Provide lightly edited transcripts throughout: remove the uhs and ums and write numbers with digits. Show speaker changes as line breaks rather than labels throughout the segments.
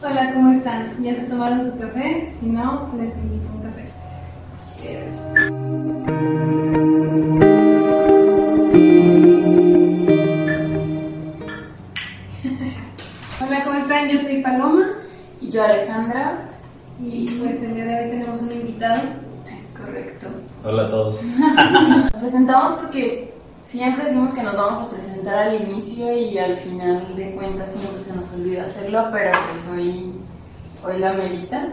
Hola, ¿cómo están? ¿Ya se tomaron su café? Si no, les invito a un café.
Cheers.
Hola, ¿cómo están? Yo soy Paloma.
Y yo Alejandra.
Y pues el día de hoy tenemos un invitado.
Es correcto.
Hola a todos.
Nos presentamos porque siempre decimos que nos vamos a presentar al inicio y al final de cuentas siempre se nos olvida hacerlo, pero pues hoy la merita.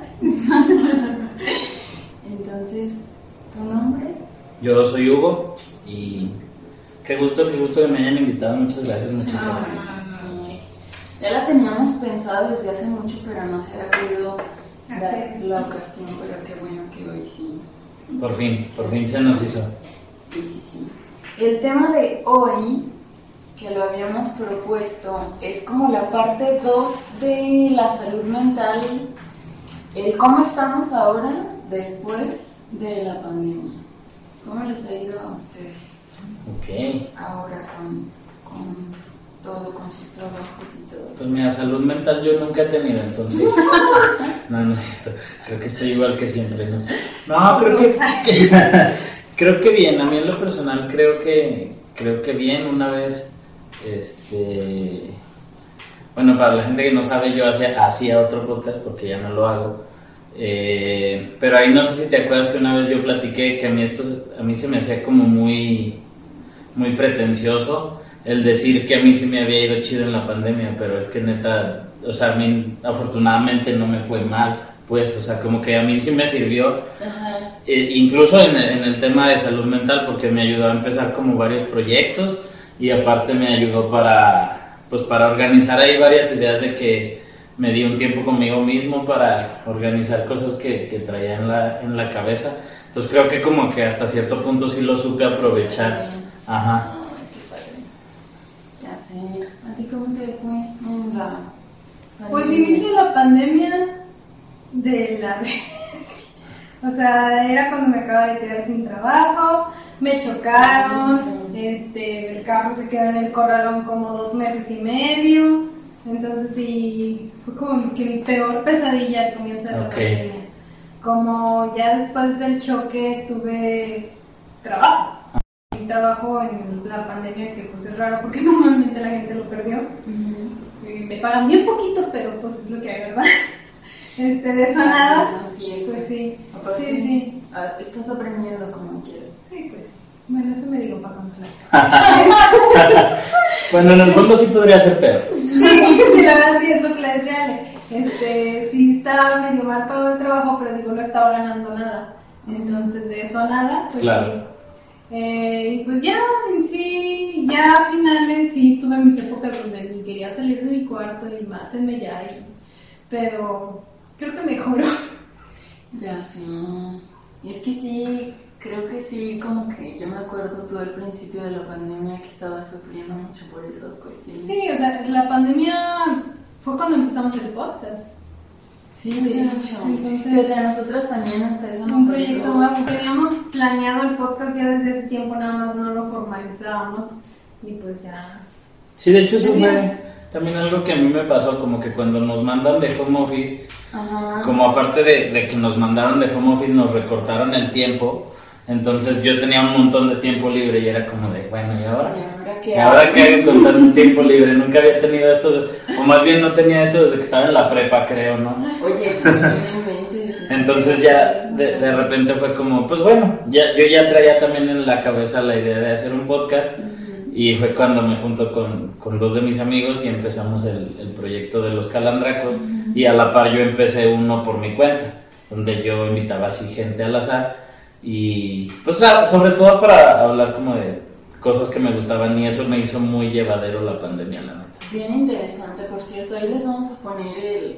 Entonces, ¿tu nombre?
Yo soy Hugo y qué gusto que me hayan invitado. Muchas gracias, muchachos.
Sí. Ya la teníamos pensado desde hace mucho, pero no se había podido dar la ocasión, pero qué bueno que hoy sí.
Por fin se nos hizo.
Sí. El tema de hoy, que lo habíamos propuesto, es como la parte 2 de la salud mental, el cómo estamos ahora después de la pandemia. ¿Cómo les ha ido a ustedes?
Ok.
Ahora con todo, con sus trabajos y todo.
Pues mira, salud mental yo nunca he tenido, entonces. No es cierto. Creo que estoy igual que siempre, ¿no? No, creo que bien. A mí en lo personal creo que bien. Una vez, bueno, para la gente que no sabe, yo hacía otro podcast porque ya no lo hago. Pero ahí no sé si te acuerdas que una vez yo platiqué que a mí se me hacía como muy, muy pretencioso el decir que a mí sí me había ido chido en la pandemia, pero es que neta, o sea, a mí afortunadamente no me fue mal, pues, o sea, como que a mí sí me sirvió, incluso en el tema de salud mental, porque me ayudó a empezar como varios proyectos y aparte me ayudó para organizar ahí varias ideas de que me di un tiempo conmigo mismo para organizar cosas que traía en la cabeza. Entonces creo que como que hasta cierto punto sí lo supe aprovechar. Ajá.
Ay, qué padre. Ya sé. ¿A ti cómo te fue en la pandemia?
Pues inició la pandemia o sea, era cuando me acababa de quedar sin trabajo, me chocaron, el carro se quedó en el corralón como 2 meses y medio. Entonces sí, fue como que mi peor pesadilla al comienzo de la pandemia. Como ya después del choque tuve trabajo. Mi trabajo en la pandemia, que pues es raro porque normalmente la gente lo perdió. Me pagan bien poquito, pero pues es lo que hay, ¿verdad? De eso nada.
Sí, exacto.
Pues sí.
Aparte,
Sí.
Estás aprendiendo como quieras.
Sí, pues sí. Bueno, eso me digo para consolar.
Bueno, en el fondo sí podría ser peor.
Sí, la verdad sí es lo que le decía Ale. Sí estaba medio mal pagado el trabajo, pero digo, no estaba ganando nada. Entonces, de eso a nada, pues
claro.
Sí. Y pues ya, en sí, ya a finales sí tuve mis épocas donde ni quería salir de mi cuarto y mátenme ya. Pero creo que mejoró.
Ya sí. Y es que sí, creo que sí, como que yo me acuerdo todo el principio de la pandemia que estaba sufriendo mucho por esas cuestiones.
Sí, o sea, la pandemia fue cuando empezamos el podcast.
Sí, de hecho.
Entonces,
desde nosotros también hasta eso nos
un proyecto nuevo. Teníamos planeado el podcast ya desde ese tiempo, nada más no lo formalizábamos y pues ya.
Sí, de hecho eso fue también algo que a mí me pasó, como que cuando nos mandan de home office, como aparte de que nos mandaron de home office, nos recortaron el tiempo. Entonces yo tenía un montón de tiempo libre y era como de, bueno, ¿y ahora? ¿Y ahora qué hago con tanto tiempo libre? Nunca había tenido esto, o más bien no tenía esto desde que estaba en la prepa, creo, ¿no?
Oye, sí, no inventes.
Entonces ya de repente fue como, pues bueno, yo ya traía también en la cabeza la idea de hacer un podcast. Y fue cuando me junto con 2 de mis amigos y empezamos el proyecto de los Calandracos. Y a la par yo empecé uno por mi cuenta, donde yo invitaba así gente al azar. Y pues sobre todo para hablar como de cosas que me gustaban, y eso me hizo muy llevadero la pandemia, la neta.
Bien interesante, por cierto. Ahí les vamos a poner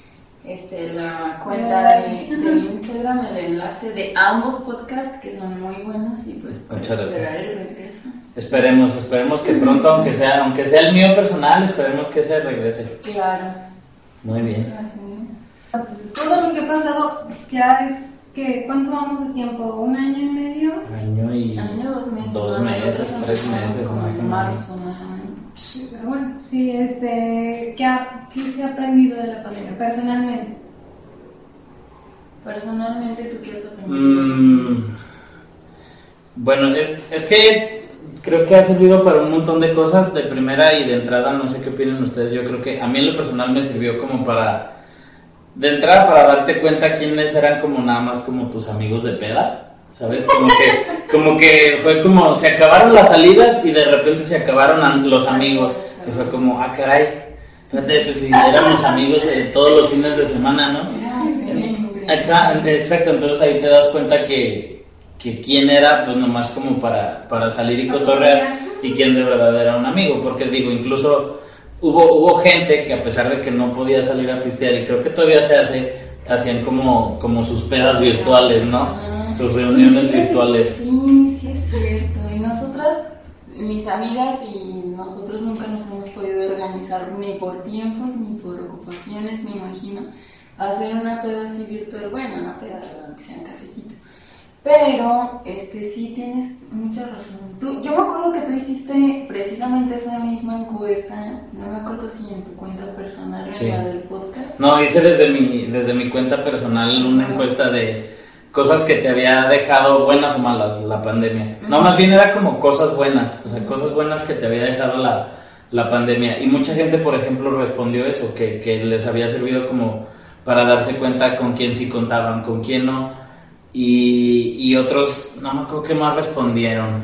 la cuenta de Instagram, el enlace de ambos podcasts que son muy buenos y pues para esperar el regreso.
Esperemos que pronto, aunque sea el mío personal, esperemos que se regrese.
Claro.
Muy bien.
Todo lo que ha pasado ya es que, ¿cuánto vamos de tiempo? ¿1 año y medio?
Año, 2 meses.
2 meses, 3 meses
como
más o
en
menos.
marzo más o menos.
Sí, pero bueno, sí, ¿qué se ha aprendido de la pandemia personalmente?
Personalmente, ¿tú qué has aprendido?
Bueno, es que creo que ha servido para un montón de cosas de primera y de entrada, no sé qué opinan ustedes, yo creo que a mí en lo personal me sirvió como para, de entrada para darte cuenta quiénes eran como nada más como tus amigos de peda, ¿sabes? Como que fue como, se acabaron las salidas y de repente se acabaron los amigos, y fue como, caray, fíjate, pues si éramos amigos de todos los fines de semana, ¿no? Exacto, entonces ahí te das cuenta que quién era pues nomás como para salir y cotorrear y quién de verdad era un amigo, porque digo, incluso hubo gente que a pesar de que no podía salir a pistear, y creo que todavía hacían como sus pedas virtuales, ¿no? Sus reuniones virtuales.
Sí, es cierto, y nosotras, mis amigas y nosotros nunca nos hemos podido organizar ni por tiempos ni por ocupaciones, me imagino, hacer una peda así virtual, bueno, una peda, que sea un cafecito. Pero, sí tienes mucha razón. Yo me acuerdo que tú hiciste precisamente esa misma encuesta, no me acuerdo si en tu cuenta personal o la del podcast.
No, hice desde mi cuenta personal una encuesta de cosas que te había dejado buenas o malas la pandemia. No, más bien era como cosas buenas, o sea, cosas buenas que te había dejado la pandemia. Y mucha gente, por ejemplo, respondió eso, que les había servido como para darse cuenta con quién sí contaban, con quién no. Y otros, no me acuerdo qué más respondieron.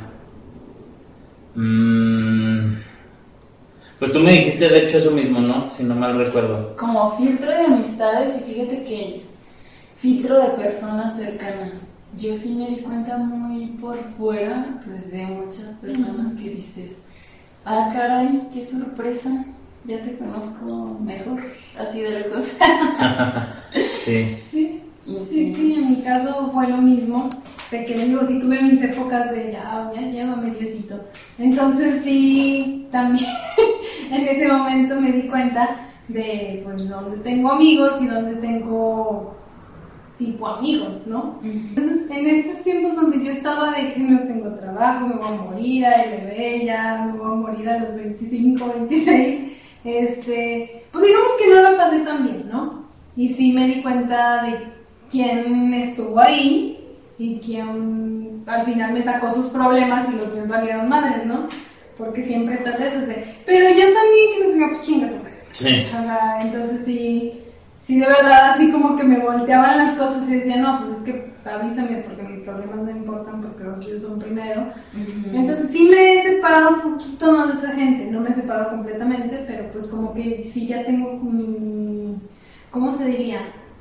Pues tú me dijiste de hecho eso mismo, ¿no? Si no mal recuerdo.
Como filtro de amistades, y fíjate que filtro de personas cercanas. Yo sí me di cuenta muy por fuera de muchas personas que dices, caray, qué sorpresa, ya te conozco mejor, así de lejos.
Sí.
Sí. Sí, en mi caso fue lo mismo, de que les digo, sí tuve mis épocas de ya llévame Diosito. Entonces sí, también en ese momento me di cuenta de pues dónde tengo amigos y dónde tengo tipo amigos, ¿no? Entonces en estos tiempos donde yo estaba de que no tengo trabajo, me voy a morir a bebé, ya me voy a morir a los 25, 26, pues digamos que no la pasé tan bien, ¿no? Y sí me di cuenta de quién estuvo ahí y quién al final me sacó sus problemas y los míos valieron madres, ¿no? Porque siempre estás desde, pero yo también que no soy chinga tu madre.
Sí.
Entonces sí, de verdad así como que me volteaban las cosas y decía, no, pues es que avísame porque mis problemas no importan porque los tuyos son primero. Entonces sí me he separado un poquito más de esa gente, no me he separado completamente, pero pues como que sí ya tengo mi, ¿cómo se diría?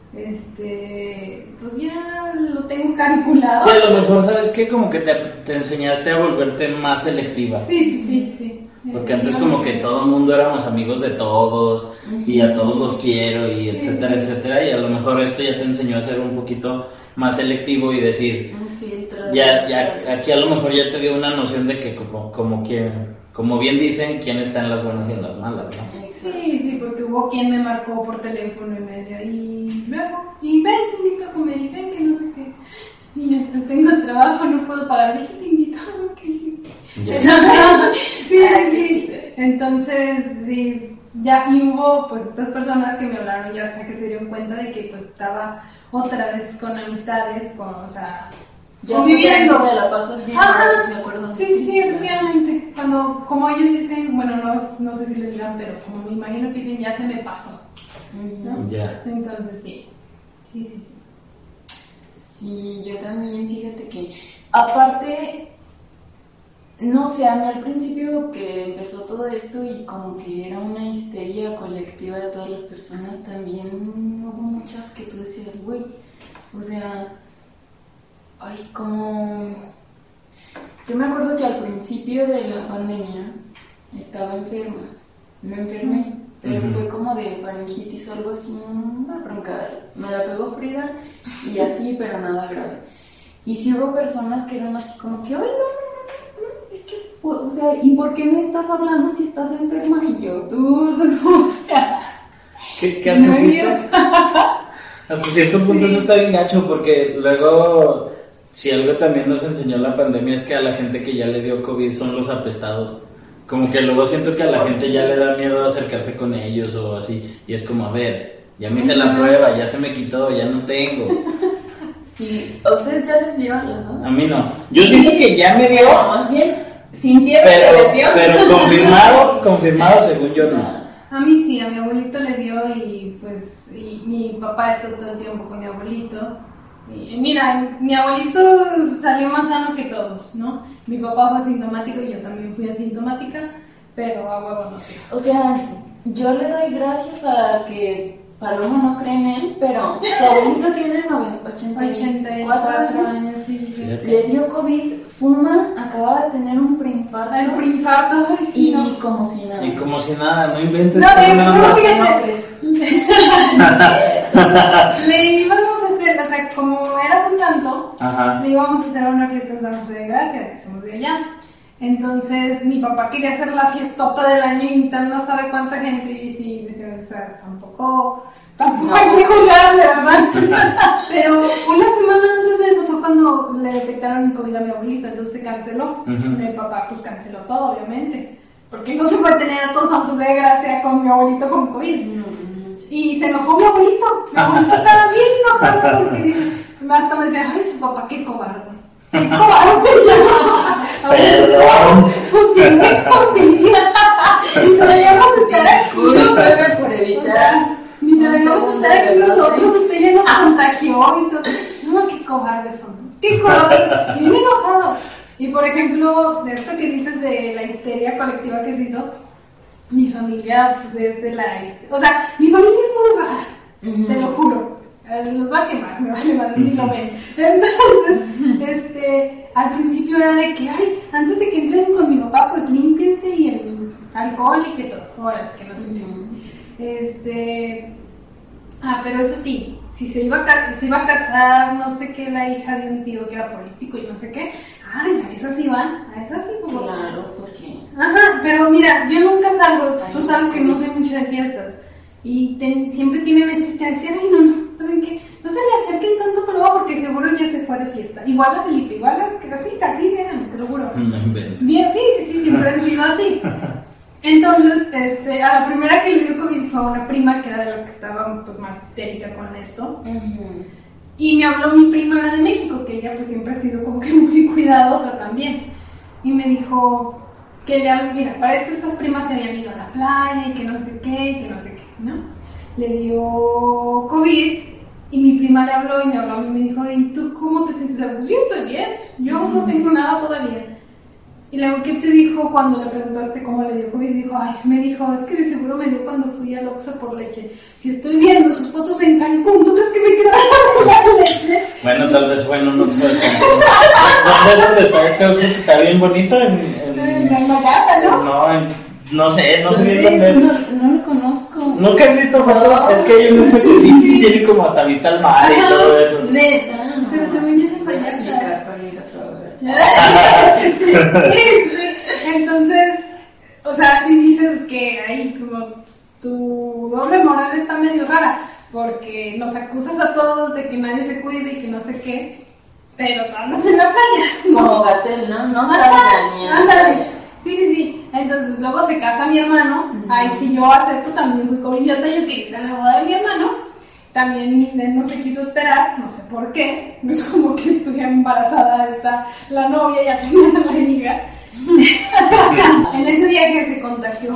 Pues ya lo tengo calculado.
Sí, a lo mejor, ¿sabes qué? Como que te enseñaste a volverte más selectiva.
Sí.
Porque antes como que todo el mundo éramos amigos de todos y a todos los quiero y etcétera, etcétera, y a lo mejor esto ya te enseñó a ser un poquito más selectivo y decir, ya aquí a lo mejor ya te dio una noción de que como bien dicen, quién está en las buenas y en las malas, ¿no?
Sí, porque hubo quien me marcó por teléfono y me decía, y luego, y ven, te invito a comer, y ven, que no sé qué. Y yo no tengo trabajo, no puedo pagar, dije, te invito, ok, sí. Sí. Entonces, sí, ya, y hubo pues estas personas que me hablaron ya hasta que se dieron cuenta de que pues estaba otra vez con amistades, o sea,
ya
conviviendo.
Te la pasas bien, ¿se acuerdan?
Sí, efectivamente. Cuando, como ellos dicen, bueno, no sé si les digan, pero como me imagino que dicen, ya se me pasó, ¿no?
Ya.
Entonces, sí.
Sí, yo también, fíjate que, aparte, no sé, a mí al principio que empezó todo esto y como que era una histeria colectiva de todas las personas, también hubo muchas que tú decías, güey, o sea, yo me acuerdo que al principio de la pandemia estaba enferma, me enfermé, pero fue como de faringitis o algo así, una bronca, me la pegó Frida y así, pero nada grave. Y sí hubo personas que eran así como que, ay, no, es que, o sea, ¿y por qué me estás hablando si estás enferma? Y yo, o sea...
¿Qué hasta cierto punto eso está bien gacho, porque luego... Si algo también nos enseñó la pandemia es que a la gente que ya le dio COVID son los apestados. como que luego siento que a la gente ya le da miedo acercarse con ellos o así, y es como, a ver, ya me hice la prueba, ya se me quitó, ya no tengo.
Sí, ¿a ustedes ya les dio a los dos?
A mí no. Yo siento que ya me dio,
No, más bien, sintieron que les dio.
pero confirmado según yo no.
A mí sí, a mi abuelito le dio y pues y mi papá está todo el tiempo con mi abuelito. Y mira, mi abuelito salió más sano que todos, ¿no? Mi papá fue asintomático y yo también fui asintomática, pero a huevo no tengo.
O sea, yo le doy gracias a que Paloma no cree en él, pero su abuelito tiene 84 años.
Sí.
Le dio COVID, fuma, acaba de tener un preinfarto.
El preinfarto, ay, sí,
y
no.
como si nada.
Y como si nada, no inventes.
No,
que
es
no
como
me-
que-
¿No crees?
Le íbamos a hacer, o sea, como era su santo,
Ajá.
le íbamos a hacer una fiesta en San José de Gracia, que somos de allá. Entonces mi papá quería hacer la fiestota del año invitando a sabe cuánta gente y sí, decía, o sea, tampoco
No,
hay que jugar, de verdad. Pero una semana antes de eso fue cuando le detectaron el COVID a mi abuelito, entonces se canceló.
Ujú.
Mi papá pues canceló todo, obviamente, porque no se puede tener a todos San José de Gracia con mi abuelito con COVID. Y se enojó mi abuelito. Mi abuelito estaba bien enojado porque hasta me decía, ay, su papá, qué cobarde. ¡Qué cobarde!
Perdón.
Pues tiene COVID. Y deberíamos estar aquí.
Discúlpeme por evitar.
Ni deberíamos estar aquí nosotros. Usted ya nos contagió y todo. No, qué cobardes somos. ¡Qué cobardes! Bien enojado. Y por ejemplo, de esto que dices de la histeria colectiva que se hizo, mi familia, pues desde o sea, mi familia es muy rara, te lo juro. Los va a quemar, me vale mal, ni lo ven. Entonces, al principio era de que, ay, antes de que entren con mi papá, pues límpiense y el alcohol y que todo. Órale, que no sé qué. Pero eso sí, si se iba a casar, no sé qué, la hija de un tío que era político y no sé qué, ay, a esas sí van, a esas sí. Como...
Claro, porque...
Ajá, pero mira, yo nunca salgo, tú sabes que no soy mucho de fiestas, y siempre tienen esta decir, ay, no, ¿saben qué? No se le acerquen tanto Paloma porque seguro ya se fue de fiesta. Igual a Felipe, igual a casi, vean, te lo juro.
No inventes.
Bien, sí, siempre han sido así. Entonces, a la primera que le dio COVID fue a una prima que era de las que estaba pues más histérica con esto. Y me habló mi prima, la de México, que ella pues siempre ha sido como que muy cuidadosa también. Y me dijo que mira, para esto estas primas se habían ido a la playa y que no sé qué, ¿no? Le dio COVID y mi prima le habló y me habló a mí y me dijo, ¿y tú cómo te sientes? Le digo, yo estoy bien, yo no tengo nada todavía. Y luego, ¿qué te dijo cuando le preguntaste cómo le dio COVID? Dijo, ay, me dijo, es que de seguro me dio cuando fui al Oxxo por leche. Si estoy viendo sus fotos en Cancún, ¿tú crees que me quedaron la leche?
Bueno, tal vez fue en un Oxxo de Cancún. ¿Dónde es donde está este Oxxo que está bien bonito?
En la Mayata, ¿no?
No sé bien dónde.
No lo conozco.
¿Nunca has visto fotos?
No.
Es que hay un Oxxo que sí tiene como hasta vista al mar y todo eso.
Neta, no.
Pero según yo es en
Voy a
Vallarta.
aplicar para ir a trabajar.
Sí. Entonces, o sea, si dices que ahí como tu doble moral está medio rara, porque nos acusas a todos de que nadie se cuide y que no sé qué, pero tú andas en la playa.
Como Gatell, ¿no? No salga ni a...
Ándale. Sí. Entonces luego se casa mi hermano. Ahí sí yo acepto, también fui covidiota, yo quería ir a la boda de mi hermano. También él no se quiso esperar, no sé por qué. No es como que estuviera embarazada la novia, ya tenía la hija. En ese viaje se contagió.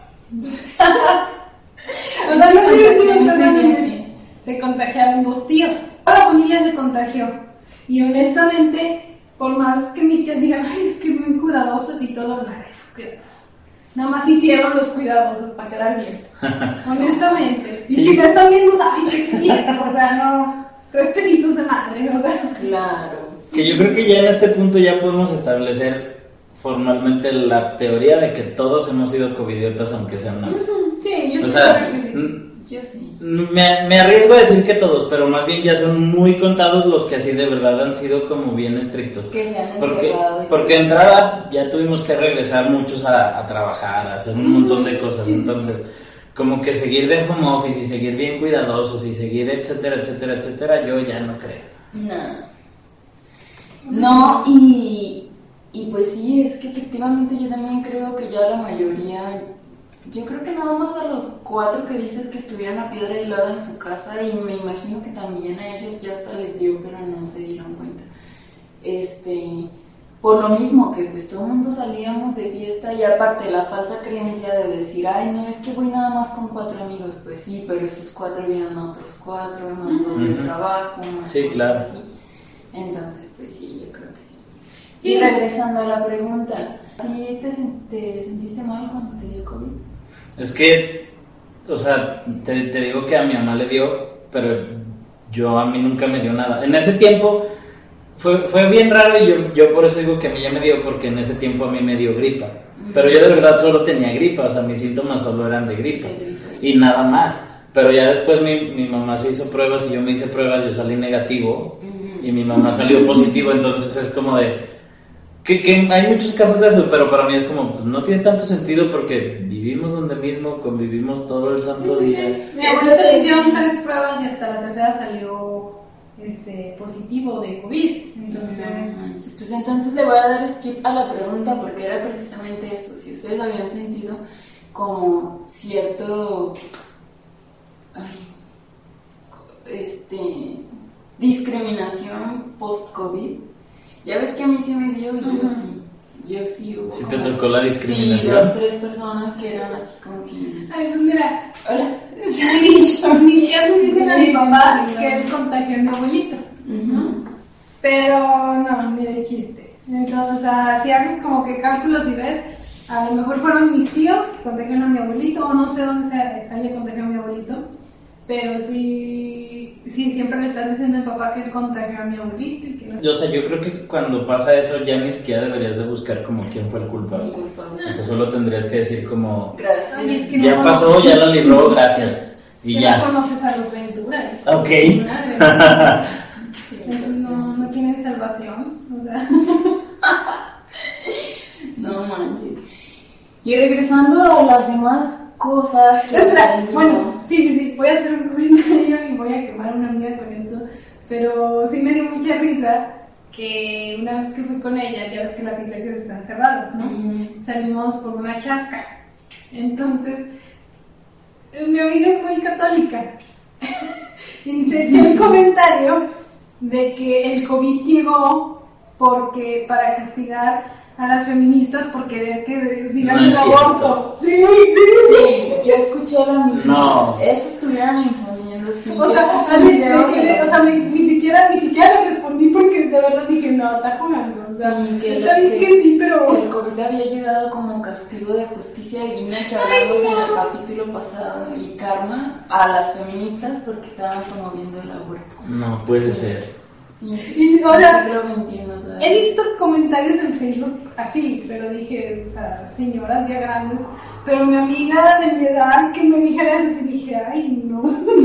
Se contagiaron 2 tíos. Toda la familia se contagió. Y honestamente, por más que mis tías digan, ay, es que muy cuidadosos y todo, nadie fue cuidadoso. Nada más hicieron los cuidadosos para quedar bien. Honestamente. Y si me están viendo, saben que sí es cierto. O sea, no. 3 pesitos de madre, o sea.
Claro.
Que yo creo que ya en este punto ya podemos establecer formalmente la teoría de que todos hemos sido covidiotas, aunque sea una vez.
Sí, yo
O
sí
sea,
sé que
Yo sí.
me arriesgo a decir que todos, pero más bien ya son muy contados los que así de verdad han sido como bien estrictos.
Que se han
Porque
encerrado.
de entrada ya tuvimos que regresar muchos a trabajar, a hacer un montón de cosas,
sí.
entonces como que seguir de home office y seguir bien cuidadosos y seguir etcétera, yo ya no creo.
No, y Y pues sí, es que efectivamente yo también creo que ya la mayoría, yo creo que nada más a los 4 que dices que estuvieron a piedra helada en su casa, y me imagino que también a ellos ya hasta les dio, pero no se dieron cuenta. Por lo mismo que pues todo el mundo salíamos de fiesta, y aparte la falsa creencia de decir, ay no, es que voy nada más con 4 amigos, pues sí, pero esos 4 vieron a otros 4, más los del trabajo, más
sí, claro.
así. Entonces pues sí, yo creo que sí. Sí, regresando a la pregunta, ¿a ti te sentiste mal cuando te dio COVID?
Es que, o sea, te digo que a mi mamá le dio, pero a mí nunca me dio nada. En ese tiempo fue bien raro, y yo por eso digo que a mí ya me dio, porque en ese tiempo a mí me dio gripa. Pero yo de verdad solo tenía gripa, o sea, mis síntomas solo eran de gripa y nada más. Pero ya después mi mamá se hizo pruebas y yo me hice pruebas, yo salí negativo y mi mamá salió positivo, entonces es como de... Que hay muchos casos de eso, pero para mí es como, pues no tiene tanto sentido porque vivimos donde mismo, convivimos todo el santo día.
Sí. Mi abuelito le hicieron 3 pruebas y hasta la tercera salió positivo de COVID.
Pues entonces le voy a dar skip a la pregunta, porque era precisamente eso. Si ustedes habían sentido como cierto discriminación post-COVID. Ya ves que a mí sí me dio, y yo sí hubo.
¿Sí te tocó la discriminación?
Sí, 3 personas que eran así como que...
Ay, pues mira.
Hola.
Sí, mis tías me dicen a mi papá que él contagió a mi abuelito, ¿no? Pero no, ni de chiste. Entonces, o sea, si haces como que cálculos y ves, a lo mejor fueron mis tíos que contagiaron a mi abuelito, o no sé dónde se haya contagiado a mi abuelito, pero sí, siempre le están diciendo al papá que él contagió a mi abuelito. Y que no.
O sea, yo creo que cuando pasa eso ya ni siquiera deberías de buscar como quién fue el culpable. O sea, solo tendrías que decir como...
Gracias.
Ay, es que
ya
no
pasó, ya la libró, gracias. Y
que
ya.
no conoces a los Ventura.
Ok.
Entonces no tienen salvación. O sea...
No manches. Y regresando a las demás cosas que
bueno, sí, voy a hacer un comentario y voy a quemar a una amiga con esto, pero sí me dio mucha risa que una vez que fui con ella, ya ves que las iglesias están cerradas, ¿no? Salimos por una chasca. Entonces, mi amiga es muy católica y se echó el comentario de que el COVID llegó para castigar a las feministas por querer que digan el aborto. Sí,
yo escuché lo mismo.
No.
Eso estuvieran infundiendo, sí.
O sea, ni siquiera le respondí porque de verdad dije, no, está jugando. O sea,
sí,
está bien que sí, pero...
Que el COVID había llegado como castigo de justicia divina, que hablamos en el capítulo pasado, y karma a las feministas porque estaban promoviendo el aborto.
No puede ser.
Sí,
y, o sea,
siglo XXI todavía.
he visto comentarios en Facebook así, pero dije, o sea, señoras ya grandes, pero mi amiga de mi edad que me dijera eso, y dije, ay, no.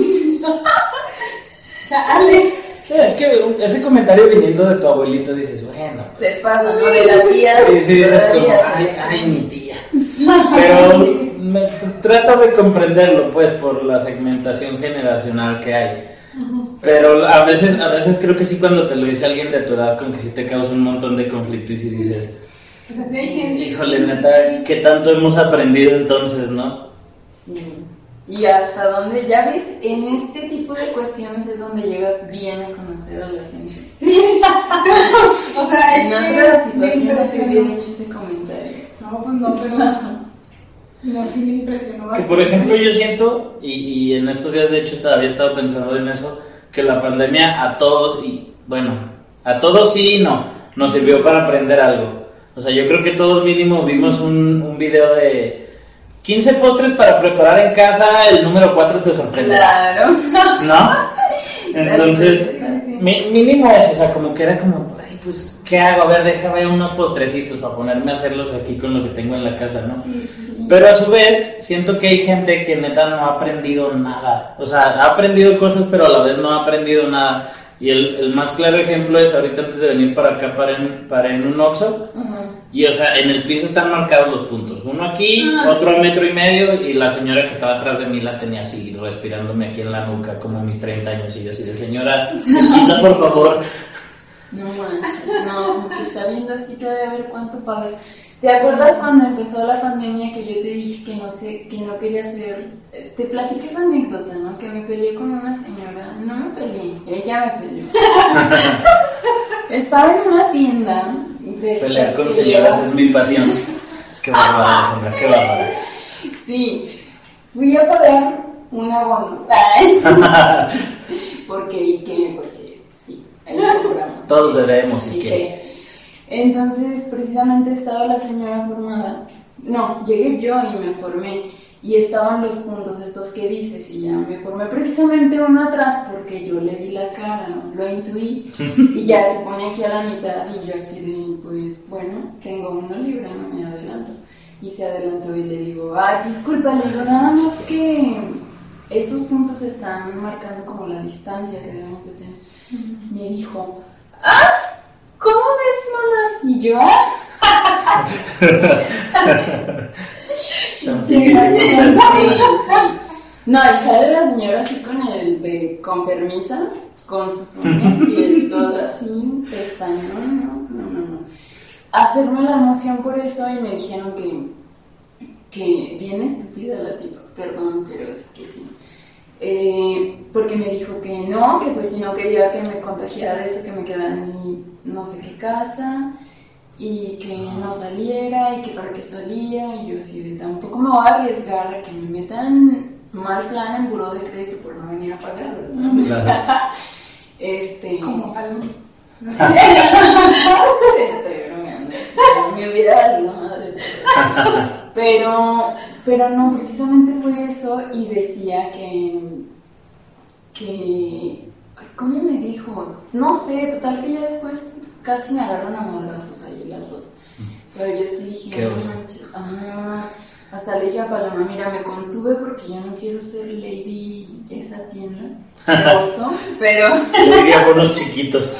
Chale.
Es que ese comentario viniendo de tu abuelita dices, bueno.
Se pasa, ¿no? De la tía.
Sí, es como, ay, mi tía. Pero tratas de comprenderlo, pues, por la segmentación generacional que hay. Pero a veces creo que sí, cuando te lo dice alguien de tu edad, como que sí te causa un montón de conflicto y sí dices,
pues así hay gente.
Híjole, neta, ¿qué tanto hemos aprendido entonces, no?
Sí. Y hasta donde, ya ves, en este tipo de cuestiones es donde llegas bien a conocer a la gente.
Sí. O sea,
en otras situaciones se hubiera hecho ese comentario.
No, pues no, pero... No, sí me impresionó.
Que por ejemplo yo siento, y en estos días de hecho había estado pensando en eso, que la pandemia a todos, y bueno, a todos sí y no, nos sirvió para aprender algo. O sea, yo creo que todos mínimo vimos un video de 15 postres para preparar en casa, el número 4 te sorprenderá.
Claro.
¿No? Entonces, mínimo eso, o sea, como que era como, ay, pues, ¿qué hago? A ver, déjame unos postrecitos para ponerme a hacerlos aquí con lo que tengo en la casa, ¿no?
Sí.
Pero a su vez, siento que hay gente que neta no ha aprendido nada. O sea, ha aprendido cosas, pero a la vez no ha aprendido nada. Y el más claro ejemplo es ahorita antes de venir para acá, para en un Oxxo. Y o sea, en el piso están marcados los puntos. Uno aquí, otro a 1.5 metros, y la señora que estaba atrás de mí la tenía así, respirándome aquí en la nuca, como mis 30 años. Y yo así de, señora, quita por favor.
No manches, no, que está viendo así que debe ver cuánto pagas. ¿Te acuerdas cuando empezó la pandemia que yo te dije que no sé, que no quería hacer? Te platiqué esa anécdota, ¿no? Que me peleé con una señora. No me peleé, ella me peleó. Estaba en una tienda de
pelear con señoras es mi pasión. Qué bárbara, Alejandra, qué bárbara.
Sí, fui a pagar un abono. Porque sí, ahí cobramos.
Todos debemos y qué.
Entonces, precisamente estaba la señora formada. No, llegué yo y me formé. Y estaban los puntos estos que dices. Y ya me formé precisamente uno atrás porque yo le vi la cara, ¿no? Lo intuí. Y ya se pone aquí a la mitad. Y yo así de, pues bueno, tengo 1 libra, no me adelanto. Y se adelantó y le digo, ay, disculpa, le digo, nada más que estos puntos están marcando como la distancia que debemos de tener. Me dijo, ¡ah! ¿Cómo ves, mamá? Y yo, sí. No, y sale la señora así con el de con permiso, con sus uñas y el todo así, pestañón, no. Hacerme la emoción por eso y me dijeron que bien estúpida la tipa, perdón, pero es que sí. Porque me dijo que no, que pues si no quería que me contagiara de eso, que me quedara en mi no sé qué casa y que no saliera y que para qué salía, y yo así de tampoco me voy a arriesgar a que me metan mal plan en buró de crédito por no venir a pagar, ¿verdad?
Claro.
Como algo.
Estoy bromeando, me hubiera valido madre, pero no, precisamente fue eso. Y decía que ¿cómo me dijo? No sé, total que ya después casi me agarraron a madrazos ahí las dos. Pero yo sí dije, no manches. Hasta le dije a Paloma, mira, me contuve porque yo no quiero ser lady esa tienda de oso, pero...
Yo diría buenos chiquitos.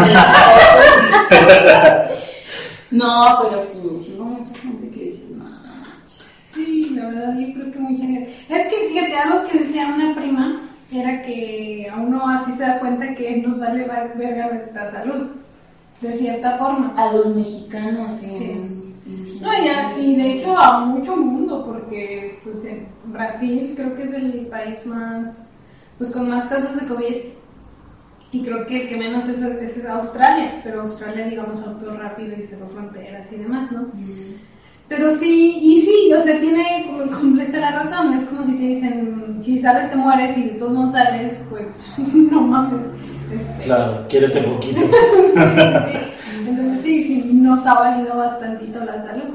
No, pero sí hubo mucha gente que dice, no manches.
Sí, la verdad, yo creo que mucha gente. Es que fíjate, algo que decía una prima era que a uno así se da cuenta que nos vale verga nuestra salud, de cierta forma.
A los mexicanos,
sí. No, y de hecho a mucho mundo, porque pues en Brasil creo que es el país más, pues con más casos de COVID, y creo que el que menos es Australia, pero Australia, digamos, actuó rápido y cerró fronteras y demás, ¿no? Pero sí, o sea, tiene completa la razón. Es como si te dicen, si sales te mueres y de todos modos sales, pues no mames.
Claro, quiérete poquito.
Sí. Entonces sí, nos ha valido bastantito la salud.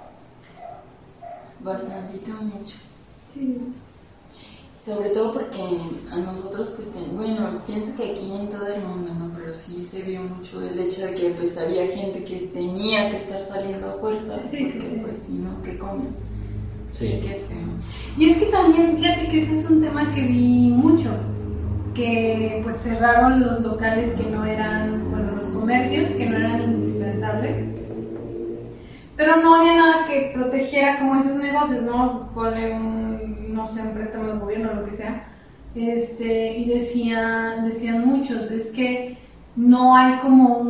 Bastantito, mucho.
Sí.
Sobre todo porque a nosotros, pues, bueno, pienso que aquí en todo el mundo, ¿no? Pero sí se vio mucho el hecho de que, pues, había gente que tenía que estar saliendo a fuerza.
Sí,
porque,
sí.
pues, si no, ¿qué comen?
Sí.
Qué feo.
Y es que también, fíjate que ese es un tema que vi mucho, que pues cerraron los locales que no eran, bueno, los comercios que no eran indispensables, pero no había nada que protegiera como esos negocios, ¿no? Ponle un préstamo del gobierno o lo que sea, y decían muchos, es que no hay como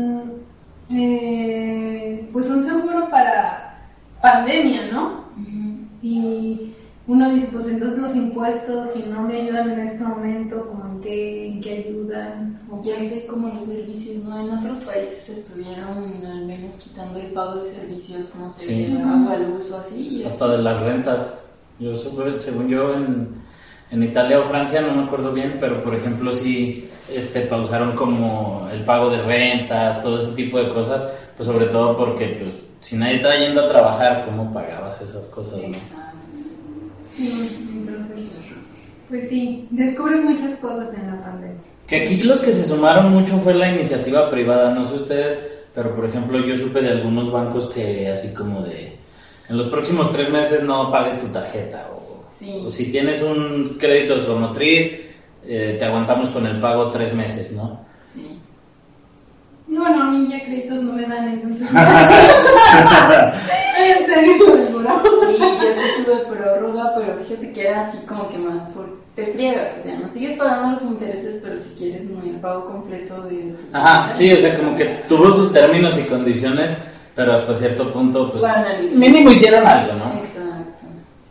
pues un seguro para pandemia, ¿no? Y uno dice, pues entonces los impuestos, si no me ayudan en este momento, ¿como en qué ayudan?
Ya sé, como los servicios, ¿no? En otros países estuvieron al menos quitando el pago de servicios, no sé,
sí.
de agua, luz o así.
Hasta de las rentas. Yo según yo en Italia o Francia, no me acuerdo bien, pero por ejemplo sí pausaron como el pago de rentas, todo ese tipo de cosas, pues sobre todo porque pues si nadie estaba yendo a trabajar, ¿cómo pagabas esas cosas, no?
Exacto.
Sí, entonces, pues sí, descubres muchas cosas en la pandemia.
Que aquí los que se sumaron mucho fue la iniciativa privada, no sé ustedes, pero por ejemplo yo supe de algunos bancos que así como de en los próximos 3 meses no pagues tu tarjeta o si tienes un crédito automotriz te aguantamos con el pago 3 meses, ¿no?
Sí.
Bueno, a mí ya créditos no me dan, entonces. ¿En serio?
Sí, yo sí tuve prórroga, pero fíjate que era así como que más te friegas, o sea, no sigues pagando los intereses, pero si quieres no el pago completo de tu
Ajá, sí, o sea, como que tuvo sus términos y condiciones, pero hasta cierto punto, pues, mínimo hicieron algo, ¿no?
Exacto.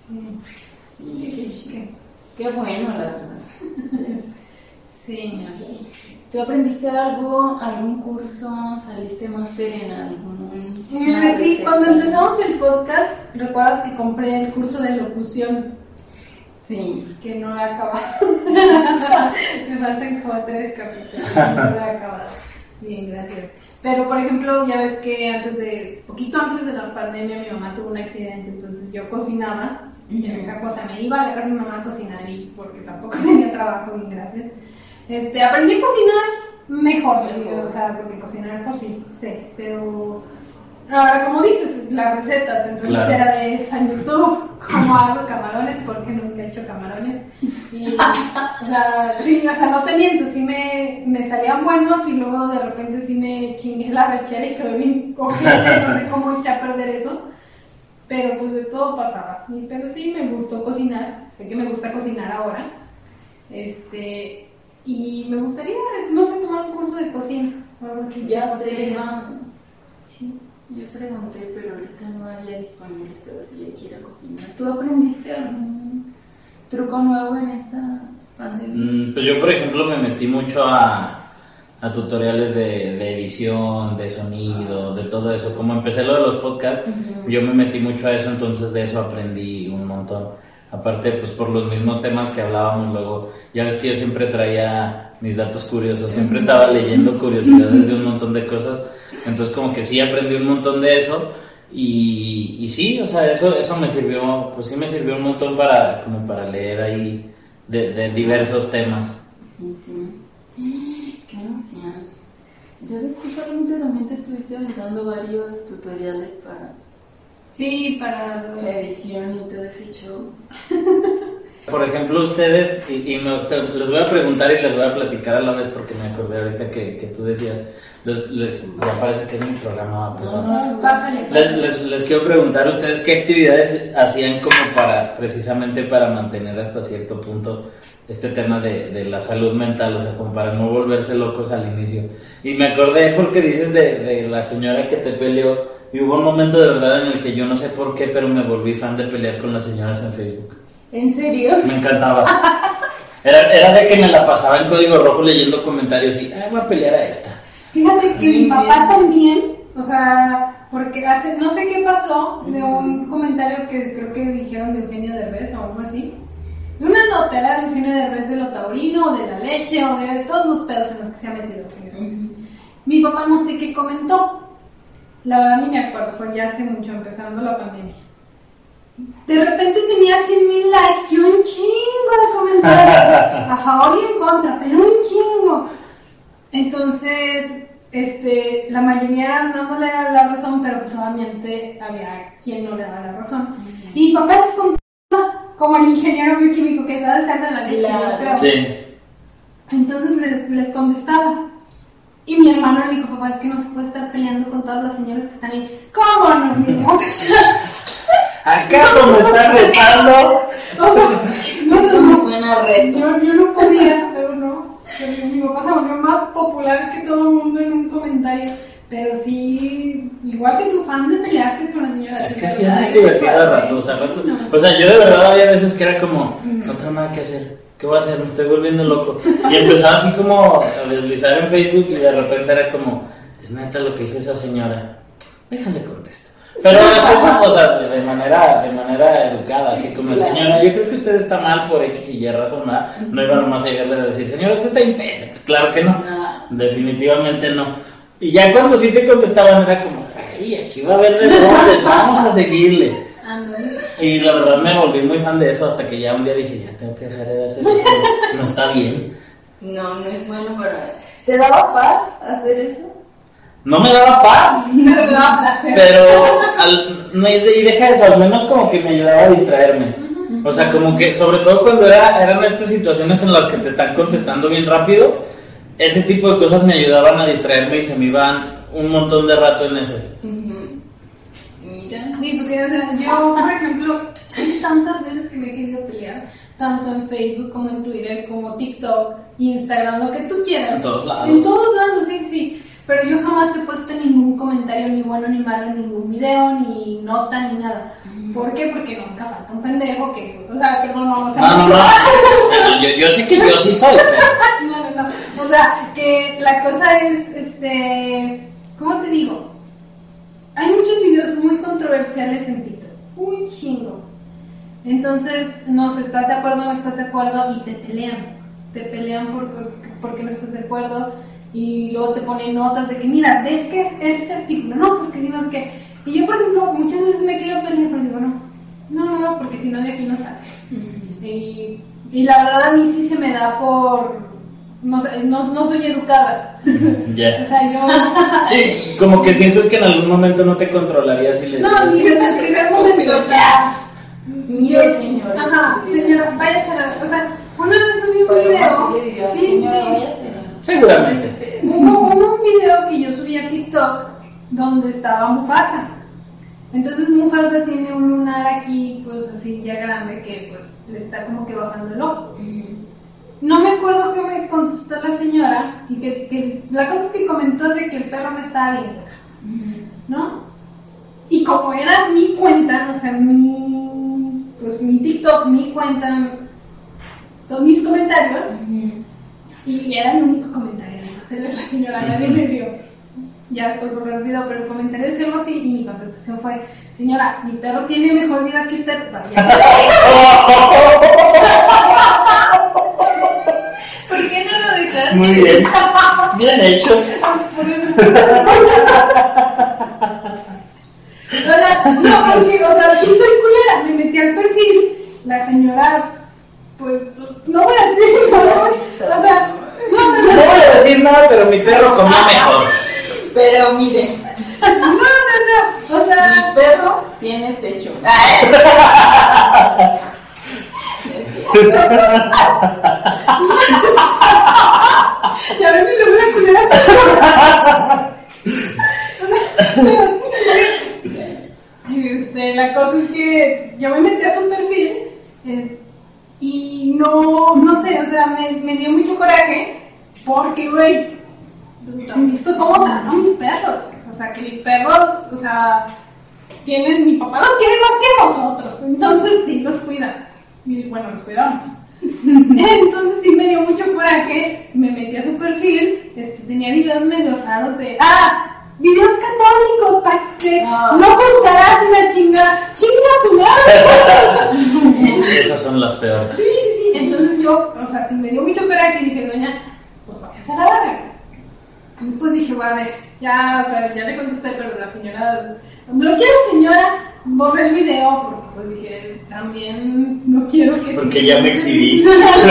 Sí,
qué bueno, la verdad.
Sí.
¿Tú aprendiste algo, algún curso, saliste máster en algún?
Cuando empezamos el podcast, recuerdas que compré el curso de locución.
Sí.
Que no he acabado. Me faltan como 3 capítulos. No lo he acabado. Bien, gracias. Pero, por ejemplo, ya ves que poquito antes de la pandemia, mi mamá tuvo un accidente, entonces yo cocinaba. O sea, me iba a la casa de mi mamá a cocinar y porque tampoco tenía trabajo, bien, gracias. Aprendí a cocinar mejor. O sea, porque cocinar, pues sí, sé, pero ahora, como dices, las recetas, entonces claro. Era de San YouTube, cómo hago camarones, porque nunca he hecho camarones. Y, o sea, no tenía, entonces sí me salían buenos y luego de repente sí me chingué la rachera y quedé bien cogida, no sé cómo eché a perder eso. Pero pues de todo pasaba. Pero sí me gustó cocinar, sé que me gusta cocinar ahora. Y me gustaría, no sé, tomar un curso de cocina.
Ya sé, sí. Yo pregunté, pero ahorita no había disponibles, pero si hay que ir a cocinar. ¿Tú aprendiste algún truco nuevo en esta pandemia?
Pues yo, por ejemplo, me metí mucho a tutoriales de edición, de sonido, de todo eso. Como empecé lo de los podcasts, yo me metí mucho a eso, entonces de eso aprendí un montón. Aparte, pues por los mismos temas que hablábamos luego, ya ves que yo siempre traía mis datos curiosos, siempre estaba leyendo curiosidades de un montón de cosas. Entonces como que sí aprendí un montón de eso y sí, o sea, eso me sirvió, pues sí me sirvió un montón para leer ahí de diversos temas.
Y sí, qué emoción. Ya ves que solamente también te estuviste aventando varios tutoriales para edición y todo ese show.
Por ejemplo, ustedes, les voy a preguntar y les voy a platicar a la vez porque me acordé ahorita que tú decías, ya parece que es mi programa, pero les quiero preguntar a ustedes qué actividades hacían como precisamente para mantener hasta cierto punto este tema de la salud mental, o sea, como para no volverse locos al inicio. Y me acordé porque dices de la señora que te peleó, y hubo un momento de verdad en el que yo no sé por qué, pero me volví fan de pelear con las señoras en Facebook.
¿En serio?
Me encantaba. Era de que me la pasaba en código rojo leyendo comentarios y voy a pelear a esta.
Fíjate que mi papá también, o sea, porque no sé qué pasó de un comentario que creo que dijeron de Eugenio Derbez o algo así. Una nota era de Eugenio Derbez de lo taurino, o de la leche, o de todos los pedos en los que se ha metido Eugenio. Mi papá no sé qué comentó. La verdad ni me acuerdo, fue ya hace mucho, empezando la pandemia. De repente tenía 100,000 likes y un chingo de comentarios a favor y en contra, pero un chingo. Entonces, la mayoría eran dándole la razón, pero pues obviamente había quien no le daba la razón. Y mi papá les contaba, como el ingeniero bioquímico que estaba deseando la leche,
claro.
Sí.
Entonces les contestaba. Y mi hermano le dijo, papá, es que no se puede estar peleando con todas las señoras que están ahí. ¿Cómo nos miramos?
¿Acaso me estás retando?
O sea,
no suena reto.
Yo no podía, pero no. Pero mi papá se volvió más popular que todo el mundo en un comentario. Pero sí, igual que tu fan de pelearse con las señoras.
Es que sí es muy divertido de rato. O sea, yo de verdad había veces que era como, no tengo nada que hacer. ¿Qué voy a hacer? Me estoy volviendo loco. Y empezaba así como a deslizar en Facebook y de repente era como, es neta lo que dijo esa señora. Déjale contesto. Pero después, o sea, de manera educada, así como, señora, yo creo que usted está mal por X y Y razón, ¿verdad? No iba nomás a llegarle a decir, señora, usted está impedido. Claro que no. Definitivamente no. Y ya cuando sí te contestaban era como, ay, aquí va a haber de dónde, vamos a seguirle. Y la verdad me volví muy fan de eso hasta que ya un día dije, ya tengo que dejar de hacer eso, no está bien.
No es bueno para... ¿Te daba paz hacer eso?
No me daba paz,
me daba placer.
Pero y deja eso, al menos como que me ayudaba a distraerme. O sea, como que sobre todo cuando eran estas situaciones en las que te están contestando bien rápido, ese tipo de cosas me ayudaban a distraerme y se me iban un montón de rato en eso.
Mira,
Sí, pues sí, o sea, yo, por ejemplo, hay tantas veces que me he querido pelear, tanto en Facebook como en Twitter, como TikTok, Instagram, lo que tú quieras.
En todos lados.
En todos lados, sí, sí. Pero yo jamás he puesto ningún comentario, ni bueno ni malo, en ningún video, ni nota, ni nada. ¿Por qué? Porque nunca falta un pendejo que, o sea, perdón, vamos a...
No. Yo sé que yo sí soy, pero...
No. O sea, que la cosa es, ¿cómo te digo? Hay muchos videos muy controversiales en TikTok, un chingo. Entonces, no sé, ¿estás de acuerdo o no estás de acuerdo? Y te pelean porque no estás de acuerdo. Y luego te ponen notas de que, mira, ¿ves que este artículo? No, pues que si no, que... Y yo, por ejemplo, muchas veces me quiero pelear, pero digo, no, porque si no de aquí no sales. Y la verdad a mí sí se me da por... No soy educada.
Ya.
O sea, yo...
Sí, como que sientes que en algún momento no te controlarías y le
No, ni desde el primer momento, o sea...
Mire, señora.
Ajá, señoras, váyase a la... O sea, una vez subí un video...
Sí, váyase.
Seguramente.
Hubo un video que yo subí a TikTok donde estaba Mufasa. Entonces Mufasa tiene un lunar aquí, pues así ya grande, que pues le está como que bajando el ojo. No me acuerdo qué me contestó la señora, y que la cosa es que comentó de que el perro me estaba viendo, ¿no? Y como era mi cuenta, o sea, mi TikTok, mi cuenta, todos mis comentarios, y era el único comentario, además, la señora, nadie me vio. Ya después borré el video, pero el comentario decía algo así, y mi contestación fue: señora, mi perro tiene mejor vida que usted, vaya.
¿Por qué no lo dejaste?
Muy bien. Bien hecho.
No, porque, o sea, sí soy culera. Me metí al perfil, la señora, pues no voy a decir, o sea,
no voy a decir nada, pero mi perro comió mejor.
Pero mire,
no, o sea,
mi perro tiene techo.
ya ven mi locura culera. La cosa es que yo me metí a su perfil y no sé, o sea, me dio mucho coraje porque, güey, ¿han visto cómo trato a mis perros? O sea, que mis perros, o sea, mi papá los quiere más que nosotros, entonces sí los cuida. Y bueno, los cuidamos. Entonces sí me dio mucho coraje, me metí a su perfil, tenía videos medio raros de... videos católicos, para que no juzgarás una chinga tu madre.
Esas son las peores.
Sí, entonces yo, o sea, sí me dio mucho coraje y dije, doña, pues váyase a la verga. Después dije, bueno, a ver, ya, o sea, ya le contesté, pero la señora, bloquea a la señora, borré el video, porque pues dije, también no quiero que...
Porque ya me exhibí.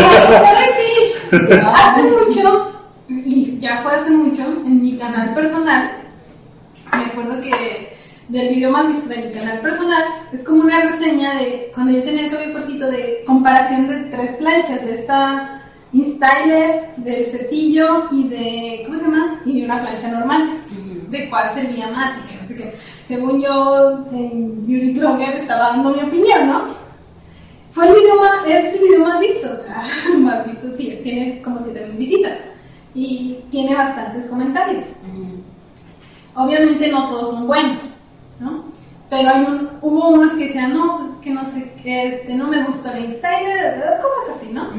Hace mucho, y ya fue hace mucho, en mi canal personal, me acuerdo que del video más visto de mi canal personal es como una reseña de cuando yo tenía el cabello cortito, de comparación de 3 planchas, de esta InStyler, del cepillo y de, ¿cómo se llama? Y de una plancha normal, de cuál servía más y que no sé qué. Según yo en Beauty Blogger estaba dando mi opinión, ¿no? Fue es el video más visto, o sea, más visto, sí, tiene como 7,000 visitas y tiene bastantes comentarios. Obviamente no todos son buenos, ¿no? Pero hubo unos que decían, no, pues es que no sé qué, no me gusta la InStyler, cosas así, ¿no?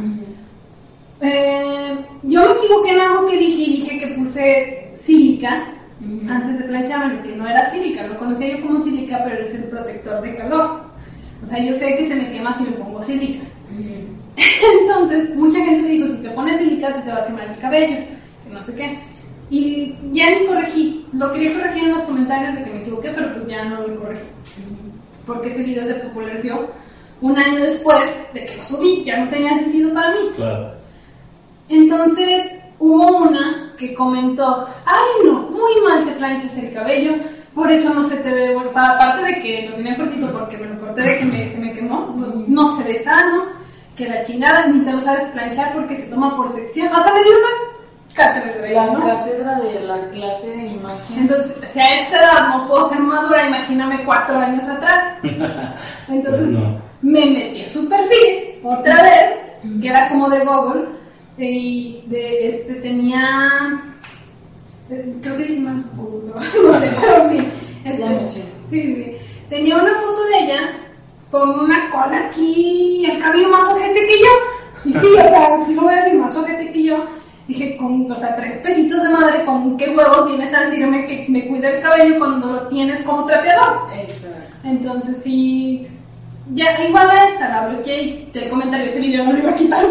Yo me equivoqué en algo que dije que puse sílica antes de plancharme, porque no era sílica, lo conocía yo como sílica, pero es el protector de calor. O sea, yo sé que se me quema si me pongo sílica. Entonces, mucha gente me dijo, si te pones sílica se te va a quemar el cabello, que no sé qué. Y ya ni corregí, lo quería corregir en los comentarios de que me equivoqué, pero pues ya no lo corregí. Porque ese video se popularizó un año después de que lo subí, ya no tenía sentido para mí.
Claro.
Entonces hubo una que comentó, ay no, muy mal te planchas el cabello, por eso no se te ve, aparte de que lo tenía cortito porque me lo corté de que se me quemó, no se ve sano, que la chingada, ni te lo sabes planchar porque se toma por sección, o sea, me dio una cátedra,
La
¿no?
cátedra de la clase de imagen.
Entonces, si a esta edad no puedo ser madura, imagíname 4 años atrás. Entonces,
No.
me metí a su perfil otra vez, que era como de Google, y tenía, creo que dije mal, no sé, pero bien.
La emoción.
Sí. Tenía una foto de ella con una cola aquí y el cabello más ojete que yo. Y sí, o sea, sí lo voy a decir, más ojete que yo. Dije, o sea, 3 pesitos de madre, ¿con qué huevos vienes a decirme que me cuide el cabello cuando lo tienes como trapeador?
Exacto.
Entonces sí, ya igual a esta la bloqueé, te comentario, ese video no lo iba a quitar,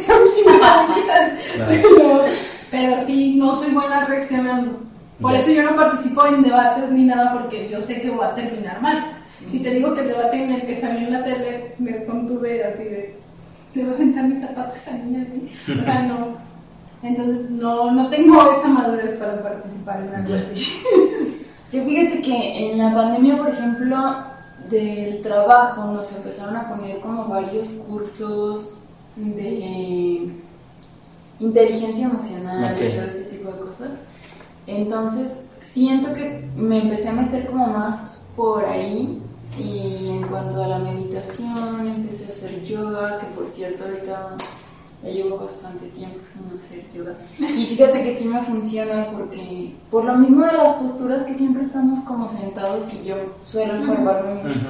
pero sí, no soy buena reaccionando. Por eso yo no participo en debates ni nada, porque yo sé que voy a terminar mal. Si te digo que el debate en el que salió en la tele, me contuve así de, le voy a aventar mis zapatos a niña, ¿sí? O sea, no. Entonces no tengo esa madurez para participar en algo así.
Yo fíjate que en la pandemia, por ejemplo, del trabajo nos empezaron a poner como varios cursos de inteligencia emocional y todo ese tipo de cosas. Entonces siento que me empecé a meter como más por ahí, y en cuanto a la meditación empecé a hacer yoga, que por cierto ahorita ya llevo bastante tiempo sin hacer yoga, y fíjate que sí me funciona, porque por lo mismo de las posturas que siempre estamos como sentados y yo suelo encorvarme mucho,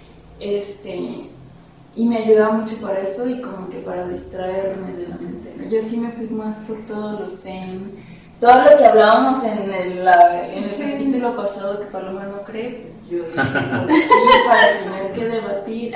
y me ayuda mucho para eso y como que para distraerme de la mente, ¿no? Yo sí me fui más por todo lo zen, todo lo que hablábamos en el capítulo pasado, que Paloma no cree, pues yo dije, por aquí, para tener que debatir,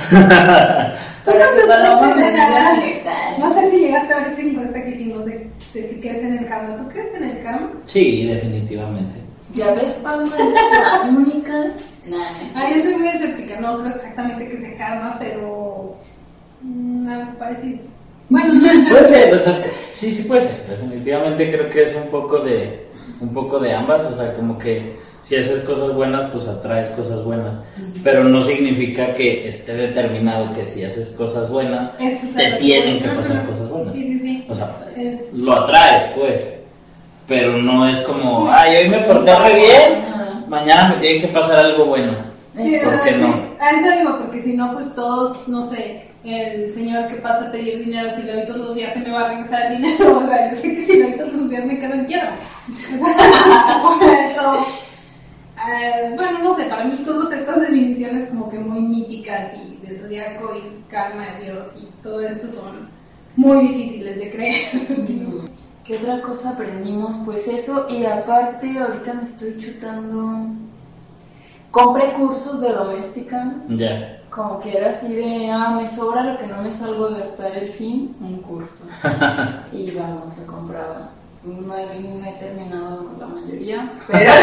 para que Paloma me diga que tal.
No sé si llegaste a ver esa encuesta que hicimos de si crees en el karma. ¿Tú crees en el karma?
Sí, definitivamente.
Ya ves, Paloma, eres la única.
Yo soy muy escéptica, no creo exactamente que sea karma, pero algo parecido. Bueno,
Puede ser, o sea, sí puede ser. Definitivamente creo que es un poco de ambas, o sea, como que si haces cosas buenas, pues atraes cosas buenas, pero no significa que esté determinado que si haces cosas buenas, te tienen que pasar cosas buenas.
Sí.
O sea, lo atraes, pues, pero no es como, hoy me porté re bien, mañana me tiene que pasar algo bueno.
Sí,
¿Por qué no?
A eso digo, porque si no, pues todos, no sé, el señor que pasa a pedir dinero, si le doy todos los días se me va a regresar el dinero, o sea, yo sé que si le doy todos los días me quedo en quiebra. O sea, por eso, bueno, no sé, para mí todas estas definiciones como que muy míticas y del zodiaco y karma de Dios y todo esto son muy difíciles de creer.
¿Qué otra cosa aprendimos? Pues eso, y aparte ahorita me estoy chutando, compré cursos de doméstica.
Ya.
Como que era así de, me sobra lo que no me salgo a gastar el fin, un curso. Y vamos, lo compraba. No he terminado la mayoría,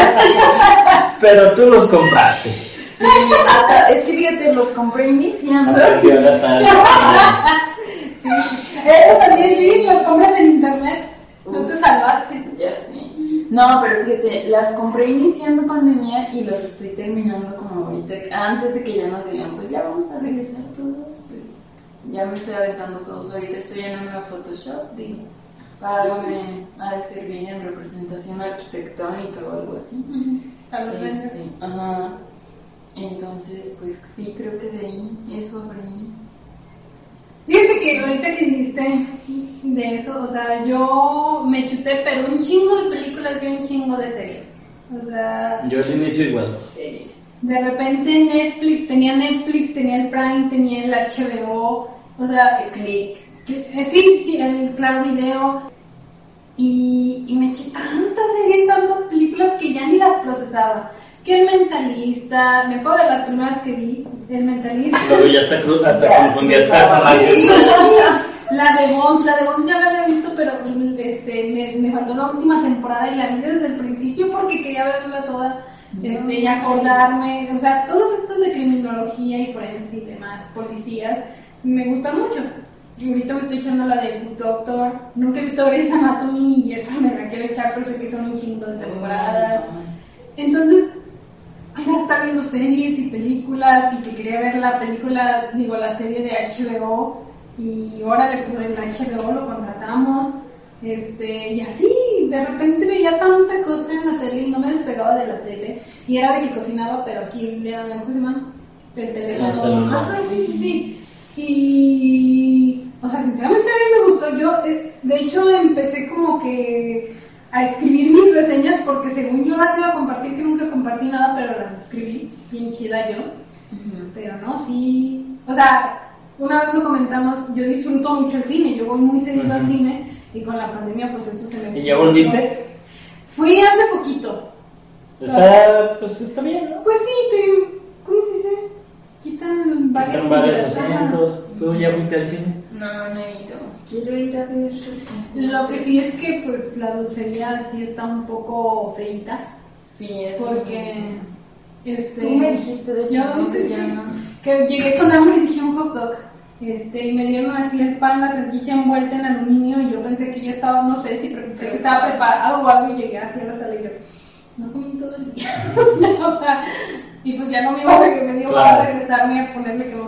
pero tú los compraste.
Sí, es que fíjate, los compré iniciando.
Aprendió a gastar.
Sí. Eso también sí, los compras en internet, no te salvaste.
Ya sé. No, pero fíjate, las compré iniciando pandemia y los estoy terminando como ahorita, antes de que ya nos digan, pues ya vamos a regresar todos, pues ya me estoy aventando todos. Ahorita estoy en una Photoshop, digo, para algo me ha de servir en representación arquitectónica o algo así.
Para los renders.
Ajá. Entonces, pues sí, creo que de ahí eso aprendí.
Fíjate que ahorita que dijiste de eso, o sea, yo me chuté, pero un chingo de películas y un chingo de series. O sea,
Yo al inicio igual.
Series.
de repente Netflix, tenía el Prime, tenía el HBO, o sea,
Click.
sí, el Claro Video. Y me eché tantas series, tantas películas que ya ni las procesaba. Que El Mentalista, me acuerdo de las primeras que vi, El Mentalista.
Luego ya hasta confundías personajes.
Sí, la de Bones ya la había visto, pero me faltó la última temporada y la vi desde el principio porque quería verla toda, y acordarme, o sea, todos estos de criminología y forense y demás, policías, me gustan mucho. Y ahorita me estoy echando la de Good Doctor, nunca he visto Grey's Anatomy y eso me la quiero echar, pero sé que son un chingo de temporadas. Entonces, era estar viendo series y películas y que quería ver la serie de HBO y órale, pues en la HBO lo contratamos. y así, de repente veía tanta cosa en la tele y no me despegaba de la tele. Y era de que cocinaba, pero aquí, ¿cómo se llama? El teléfono. Ajá, sí. Y, o sea, sinceramente a mí me gustó. Yo, de hecho, empecé como que a escribir mis reseñas porque según yo las iba a compartir, que nunca compartí nada, pero las escribí, bien chida yo. Pero no, sí, o sea, una vez lo comentamos, yo disfruto mucho el cine, yo voy muy seguido al cine y con la pandemia pues eso se me...
¿Y ya volviste?
Fui hace poquito.
Está bien, ¿no?
Pues sí, ¿cómo se dice? Quitan
varios asientos. ¿Tú ya fuiste al cine?
No he ido. Quiero ir a ver.
Lo que sí es que pues la dulcería sí está un poco feita.
Sí, es
porque
tú me dijiste de hecho
que llegué con hambre y dije un hot dog. Y me dieron así el pan, la salchicha envuelta en aluminio y yo pensé que ya estaba, no sé si pensé que estaba preparado o algo y llegué así a la sala y yo no comí todo el día. O sea, y pues ya no me iba a regresarme a ponerle que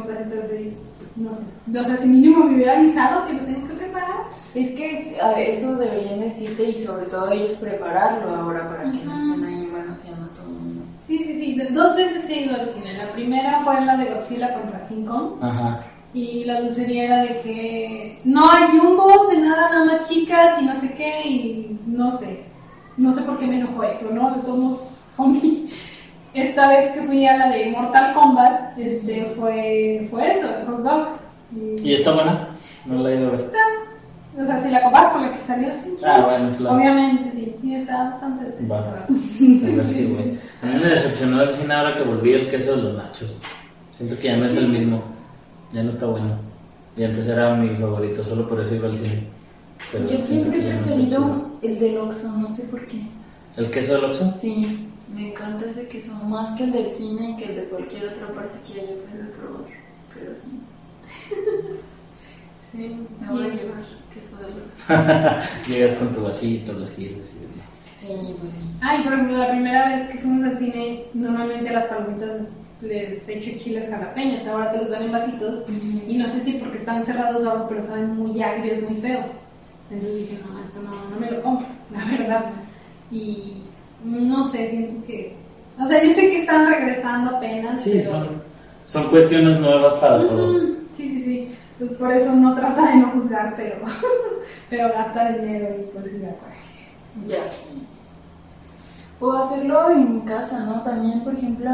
no sé. O sea, si mínimo me hubiera avisado que lo tengo que preparar.
Es que eso deberían decirte y sobre todo ellos prepararlo ahora para que no estén ahí manoseando todo el mundo.
Sí. 2 veces he ido al cine. La primera fue la de Godzilla contra King Kong.
Ajá.
Y la dulcería era de que no hay jumbos, de nada más chicas y no sé qué, y no sé por qué me enojó eso, ¿no? De todos modos, comí. Esta vez que fui a la de Mortal Kombat, fue eso, el hot dog.
¿Y está buena? No la he ido a ver.
O sea, si la comparas con la que salió así.
Bueno, claro.
Obviamente, sí. Y está bastante decente.
Va. A ver si, güey. A mí me decepcionó el cine ahora que volví el queso de los nachos. Siento que ya no es el mismo. Ya no está bueno. Y antes era mi favorito, solo por eso iba al cine.
Pero yo siempre he preferido el del Oxxo, no sé por qué.
¿El queso del Oxxo?
Sí, me encanta ese queso, más que el del cine y que el de cualquier otra parte que haya podido probar. Pero sí.
Sí.
Me voy a llevar queso del Oxxo.
Llegas con tu vasito, los giros y demás.
Sí, pues.
Y por ejemplo, la primera vez que fuimos al cine, normalmente a las palomitas les echo chiles jalapeños, ahora te los dan en vasitos y no sé si porque están cerrados ahora, pero saben muy agrios, muy feos. Entonces dije, no, esto no me lo como, la verdad. Y no sé, siento que... O sea, yo sé que están regresando apenas.
Sí,
pero...
son cuestiones nuevas para todos.
Sí. Pues por eso uno trata de no juzgar, pero gasta dinero y pues sí, de acuerdo.
Ya sí. O hacerlo en casa, ¿no? También, por ejemplo,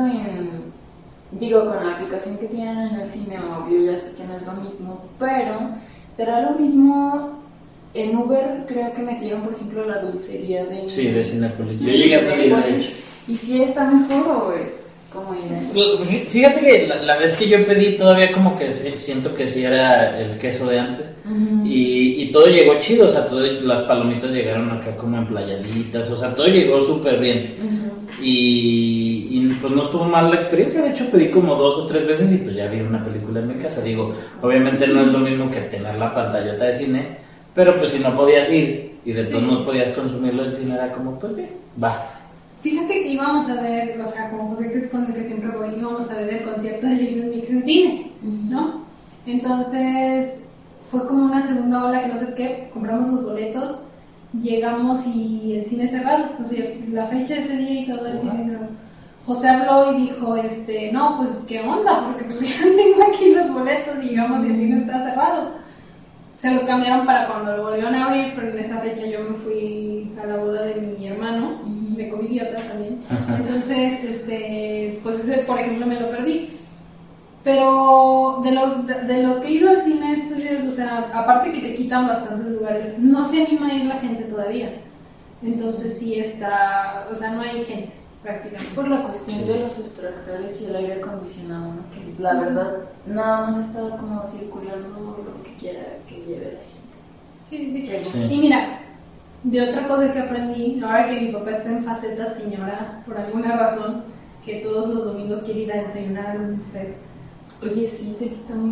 con la aplicación que tienen en el cine, obvio, ya sé que no es lo mismo, pero será lo mismo. En Uber creo que metieron, por ejemplo, la dulcería de...
Sí, de Cinépolis. Yo llegué a pedir, de hecho.
¿Y si está mejor o es como ir?
Fíjate que la vez que yo pedí todavía como que siento que sí era el queso de antes. Y todo llegó chido, o sea, las palomitas llegaron acá como emplayaditas, o sea, todo llegó súper bien. Y pues no estuvo mal la experiencia, de hecho pedí como 2 o 3 veces y pues ya vi una película en mi casa. Digo, obviamente no es lo mismo que tener la pantallota de cine, pero pues si no podías ir y de todos modos podías consumirlo en cine, era como, pues bien, va.
Fíjate que íbamos a ver, o sea, como José, que es con el que siempre voy, íbamos a ver el concierto de Little Mix en cine, ¿no? Entonces fue como una segunda ola que no sé qué, compramos los boletos, llegamos y el cine cerrado, o sea, la fecha de ese día y todo el cine cerrado. José habló y dijo, no, pues qué onda, porque pues ya tengo aquí los boletos y llegamos y el cine está cerrado. Se los cambiaron para cuando lo volvieron a abrir, pero en esa fecha yo me fui a la boda de mi hermano, de covidiota también. Entonces, pues ese, por ejemplo, me lo perdí. Pero de lo que he ido al cine estos días, o sea, aparte que te quitan bastantes lugares, no se anima a ir la gente todavía. Entonces sí está, o sea, no hay gente prácticamente.
Es por la cuestión de los extractores y el aire acondicionado, ¿no? Que la verdad nada más está como circulando lo que quiera que lleve la gente.
Sí. Y mira, de otra cosa que aprendí, ahora que mi papá está en faceta señora, por alguna razón, que todos los domingos quiere ir a desayunar a un buffet.
Oye, sí, te he visto muy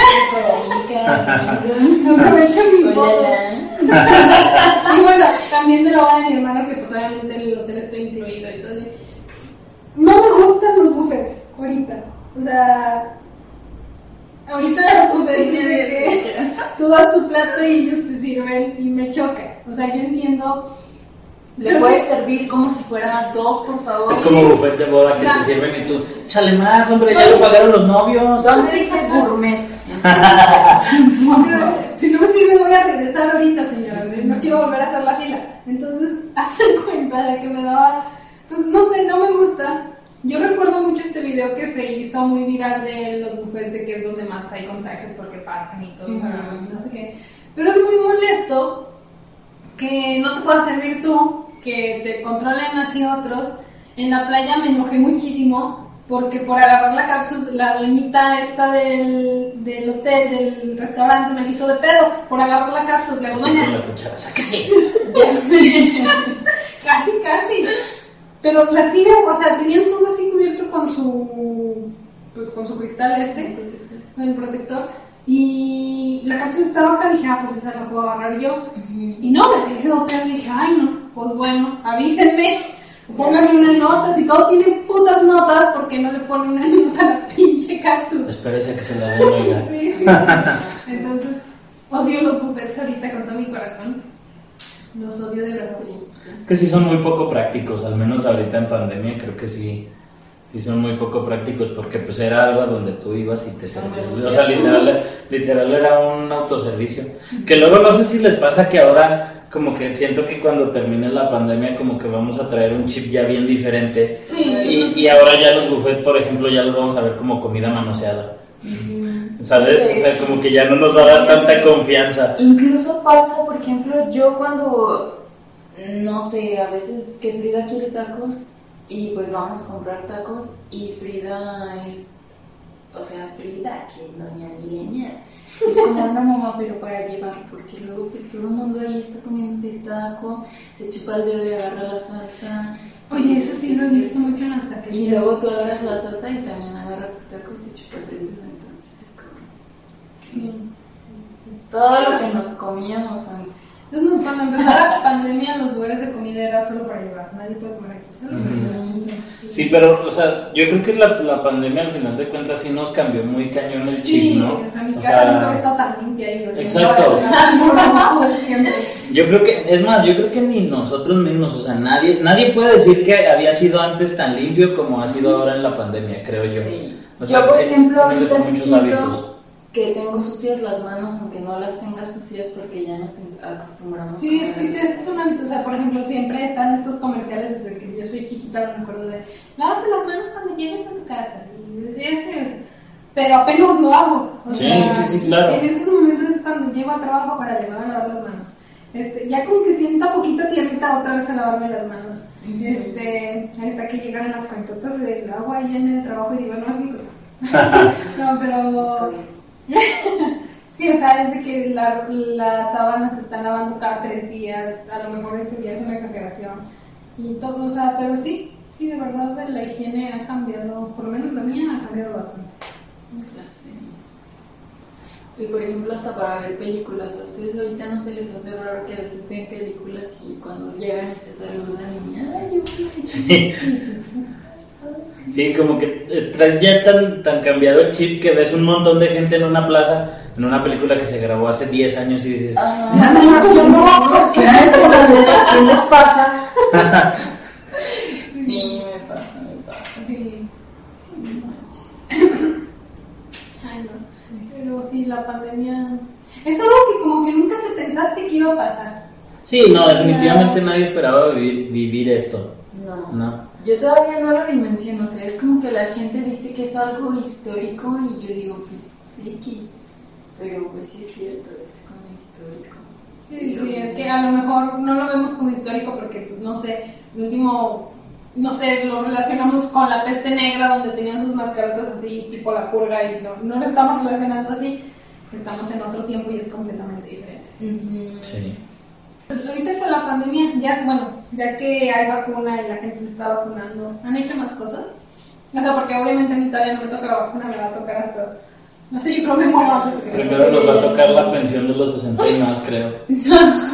fea.
Aprovecho mi foto. Y bueno, también de la boda de mi hermano, que pues obviamente el hotel está incluido y todo. No me gustan los buffets ahorita. O sea, ahorita pues decir que tú das tu plato y ellos te sirven y me choca. O sea, yo entiendo.
Le puedes servir como si fuera 2, por favor.
Es como buffet de boda que te sirven y tú, échale más, hombre, ya lo pagaron los novios.
¿Dónde dice gourmet?
Si no me sirve voy a regresar ahorita, señora. No quiero volver a hacer la fila. Entonces, hacen cuenta de que me daba, pues no sé, no me gusta. Yo recuerdo mucho este video que se hizo muy viral de los buffets, de que es donde más hay contagios porque pasan y todo, no sé qué. Pero es muy molesto que no te puedan servir tú, que te controlen así otros. En la playa me enojé muchísimo porque por agarrar la cápsula, la doñita esta del hotel, del restaurante, me la hizo de pedo por agarrar la cápsula. Le digo,
Sí,
doña,
con la cuchara, sáquese.
casi. Pero la tira, o sea, tenían todo así cubierto con su cristal el protector. Y la cápsula estaba acá, dije, pues esa la puedo agarrar yo. Y no, me dice otra, dije, ay no, pues bueno, avísenme, pónganme unas notas, y todo tiene putas notas, porque no le ponen una nota a la pinche cápsula.
Espérese a que se la den, oiga.
Sí. Entonces, odio los buffets ahorita con todo mi corazón. Los odio de verdad.
Que sí son muy poco prácticos, al menos ahorita en pandemia creo que sí son muy poco prácticos, porque pues era algo a donde tú ibas y te servías. O sea, literal era un autoservicio. Que luego no sé si les pasa que ahora como que siento que cuando termine la pandemia como que vamos a traer un chip ya bien diferente.
Sí.
Y ahora ya los buffets, por ejemplo, ya los vamos a ver como comida manoseada. ¿Sabes?
Sí.
O sea, como que ya no nos va a dar tanta confianza.
Incluso pasa, por ejemplo, yo cuando, no sé, a veces que Frida quiere tacos y pues vamos a comprar tacos y Frida es, o sea, Frida, que doña Milenia, es como, no mamá, pero para llevar, porque luego pues todo el mundo ahí está comiéndose el taco, se chupa el dedo y agarra la salsa.
Oye, eso sí lo he visto mucho en las taquerías.
Y luego tú agarras la salsa y también agarras tu taco y te chupas el dedo, entonces es como...
Sí.
Todo lo que nos comíamos antes.
Es muy, cuando empezó la pandemia, los lugares de comida era solo para llevar, nadie puede comer aquí. Solo para llevar.
Sí, pero, o sea, yo creo que la pandemia al final de cuentas sí nos cambió muy cañón el chip, ¿no?
O sea, mi casa nunca había estado tan limpia y
Exacto.
todo el tiempo.
Yo creo que, es más, yo creo que ni nosotros mismos, o sea, nadie puede decir que había sido antes tan limpio como ha sido ahora en la pandemia, creo yo.
Sí.
O sea,
Yo, por
sí,
ejemplo,
sí nos dejó
ahorita sí
muchos
siento
hábitos.
que tengo sucias las manos, aunque no las tenga sucias porque ya nos acostumbramos.
Sí, es que es un hábito, o sea, por ejemplo, siempre están estos comerciales desde que yo soy chiquita, me acuerdo de lávate las manos cuando llegues a tu casa. Y ese, pero apenas lo hago. O
Sí,
sea,
sí, claro.
En esos momentos es cuando llego al trabajo para lavar las manos. Ya como que sienta poquita tierrita otra vez a lavarme las manos. Hasta que llegan las cuentotas del agua ahí en el trabajo y digo, no es mi culpa. No, pero... Sí, o sea, es de que las sábanas se están lavando cada 3 días, a lo mejor eso ya es una exageración. Y todo, o sea, pero sí, de verdad la higiene ha cambiado, por lo menos la mía ha cambiado bastante.
Sí. Y por ejemplo, hasta para ver películas, a ustedes ahorita no se les hace raro que a veces ven películas y cuando llegan y se saludan y ¡ay, yo!
Sí. Sí, como que traes ya tan cambiado el chip que ves un montón de gente en una plaza, en una película que se grabó hace 10 años y dices,
nada
más que no, ¿qué les pasa?
Sí, me pasa.
Sí. Ay, no. Pero sí, la pandemia es algo que como que nunca te pensaste que iba a pasar.
Sí, no, definitivamente nadie esperaba vivir esto. No.
Yo todavía no lo dimensiono, o sea, es como que la gente dice que es algo histórico y yo digo, pues, X, pero pues sí es cierto, es como histórico.
Sí, es que a lo mejor no lo vemos como histórico porque, pues, no sé, el último, no sé, lo relacionamos con la peste negra donde tenían sus mascarotas así, tipo la purga, y no lo estamos relacionando así, estamos en otro tiempo y es completamente diferente.
Sí.
Pues ahorita con la pandemia, ya que hay vacuna y la gente se está vacunando, ¿han hecho más cosas? O sea, porque obviamente a mí todavía no me toca la vacuna, me va a tocar hasta, no sé, yo creo que me muero.
Primero nos va a tocar la pensión de los 60 y más, creo.
Sí,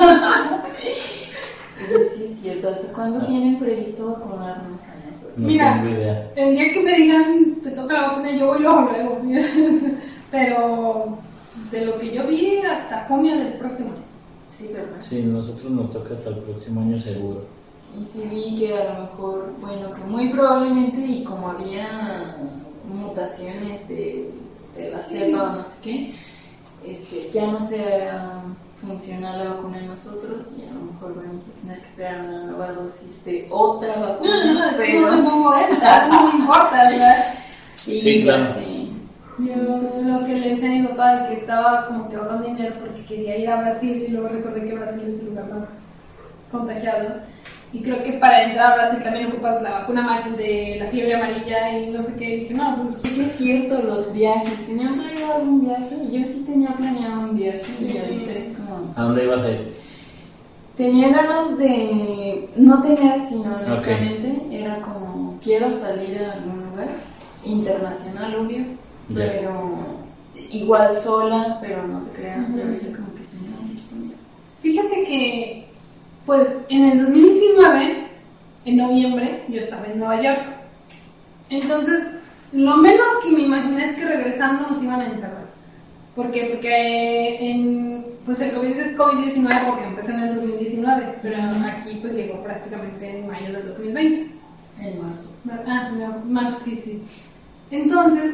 es cierto. ¿Hasta cuándo tienen previsto vacunarnos a nosotros?
No
Mira,
tengo idea.
el día que me digan te toca la vacuna, yo voy luego. pero de lo que yo vi hasta junio del próximo año.
Sí, ¿verdad?
Sí, nosotros nos toca hasta el próximo año seguro.
Y sí vi que a lo mejor, bueno, que muy probablemente, y como había mutaciones de la cepa o no sé qué, ya no sea funcional la vacuna en nosotros, y a lo mejor vamos a tener que esperar una nueva dosis de otra vacuna.
No, pero no me pongo esta, no me importa, ¿verdad?
Sí,
claro.
Sí.
Yo lo que le decía a mi papá de que estaba como que ahorrando dinero porque quería ir a Brasil y luego recordé que Brasil es el lugar más contagiado. Y creo que para entrar a Brasil también ocupas la vacuna de la fiebre amarilla y no sé qué. Y dije, no, pues...
Sí, es cierto, los viajes. ¿Tenían planeado algún viaje? Yo sí tenía planeado un viaje y ahorita es como...
¿A dónde ibas a ir?
Tenía ganas de... No tenía destino, honestamente. Era como, quiero salir a algún lugar internacional, obvio, pero igual sola, pero no te creas, y ahorita como que se me da un poquito miedo.
Fíjate que, pues, en el 2019, en noviembre, yo estaba en Nueva York. Entonces, lo menos que me imaginé es que regresando nos iban a encerrar. ¿Por qué? Porque pues el COVID es COVID-19 porque empezó en el 2019, pero aquí pues llegó prácticamente en mayo del 2020.
En marzo.
Ah, no, marzo, sí. Entonces,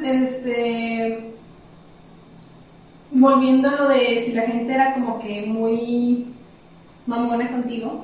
volviendo a lo de si la gente era como que muy mamona contigo,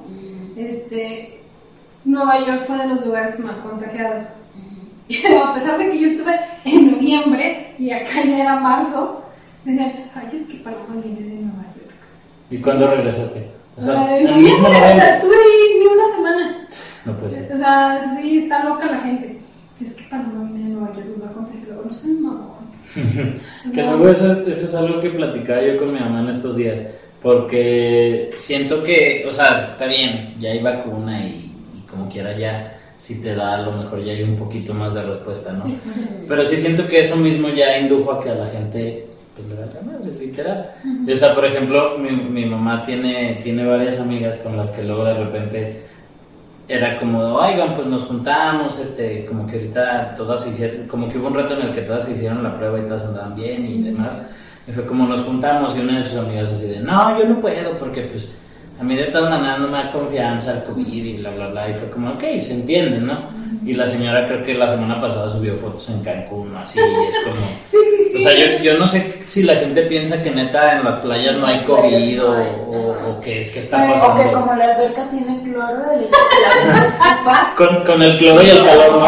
Nueva York fue de los lugares más contagiados. A pesar de que yo estuve en noviembre y acá ya era marzo, me decían, ay, es que Paloma viene de Nueva York.
¿Y cuándo regresaste? O sea,
en noviembre, estuve ahí ni una semana.
No puede ser.
O sea, sí, está loca la gente. Es que Paloma viene de Nueva York, nos va a contagiar, luego no sé, mamón.
Que luego eso es algo que platicaba yo con mi mamá en estos días, porque siento que, o sea, está bien, ya hay vacuna y como quiera ya, si te da, a lo mejor ya hay un poquito más de respuesta, ¿no? Sí. Pero sí siento que eso mismo ya indujo a que a la gente, pues le da ganas, literal. O sea, por ejemplo, mi mamá tiene varias amigas con las que luego de repente era como, oigan, pues nos juntamos, como que ahorita todas se hicieron, como que hubo un reto en el que todas se hicieron la prueba y todas andaban bien y demás, y fue como nos juntamos y una de sus amigas así de, no, yo no puedo porque pues a mí de todas maneras no me da confianza el COVID y bla bla bla, y fue como, ok, se entiende, ¿no? Y la señora creo que la semana pasada subió fotos en Cancún, así, y es como...
Sí.
O sea, yo no sé si la gente piensa que neta en las playas no hay COVID o que está pasando.
O que como la alberca tiene cloro, el hecho que la gente escupa...
Con el cloro y el calor,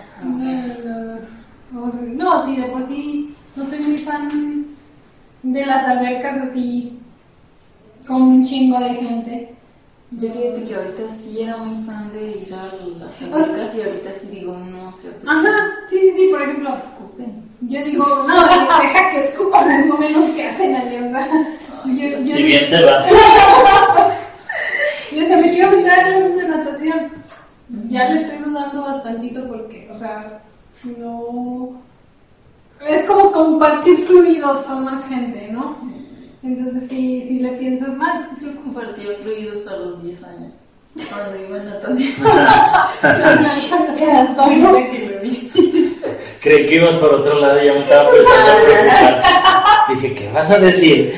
¿no?
No, sí, de por sí no soy muy fan de las albercas así, con un chingo de gente.
Yo fíjate que ahorita sí era muy fan de ir a las albercas y ahorita sí digo, no sé.
Ajá, sí, por ejemplo,
escupen.
Yo digo, no, deja que escupan, es lo menos que hacen allí, o sea.
Si bien te vas.
Yo, o sea, me quiero meter a clases de natación. Ya le estoy dudando bastantito porque, o sea, no... Es como compartir fluidos con más gente, ¿no? Entonces sí le piensas más.
Yo compartía fluidos a los 10 años, cuando iba a natación.
Ya hasta ahorita
que lo vi.
Creí que ibas por otro lado y ya me estaba pensando a preguntar. Dije, ¿qué vas a decir?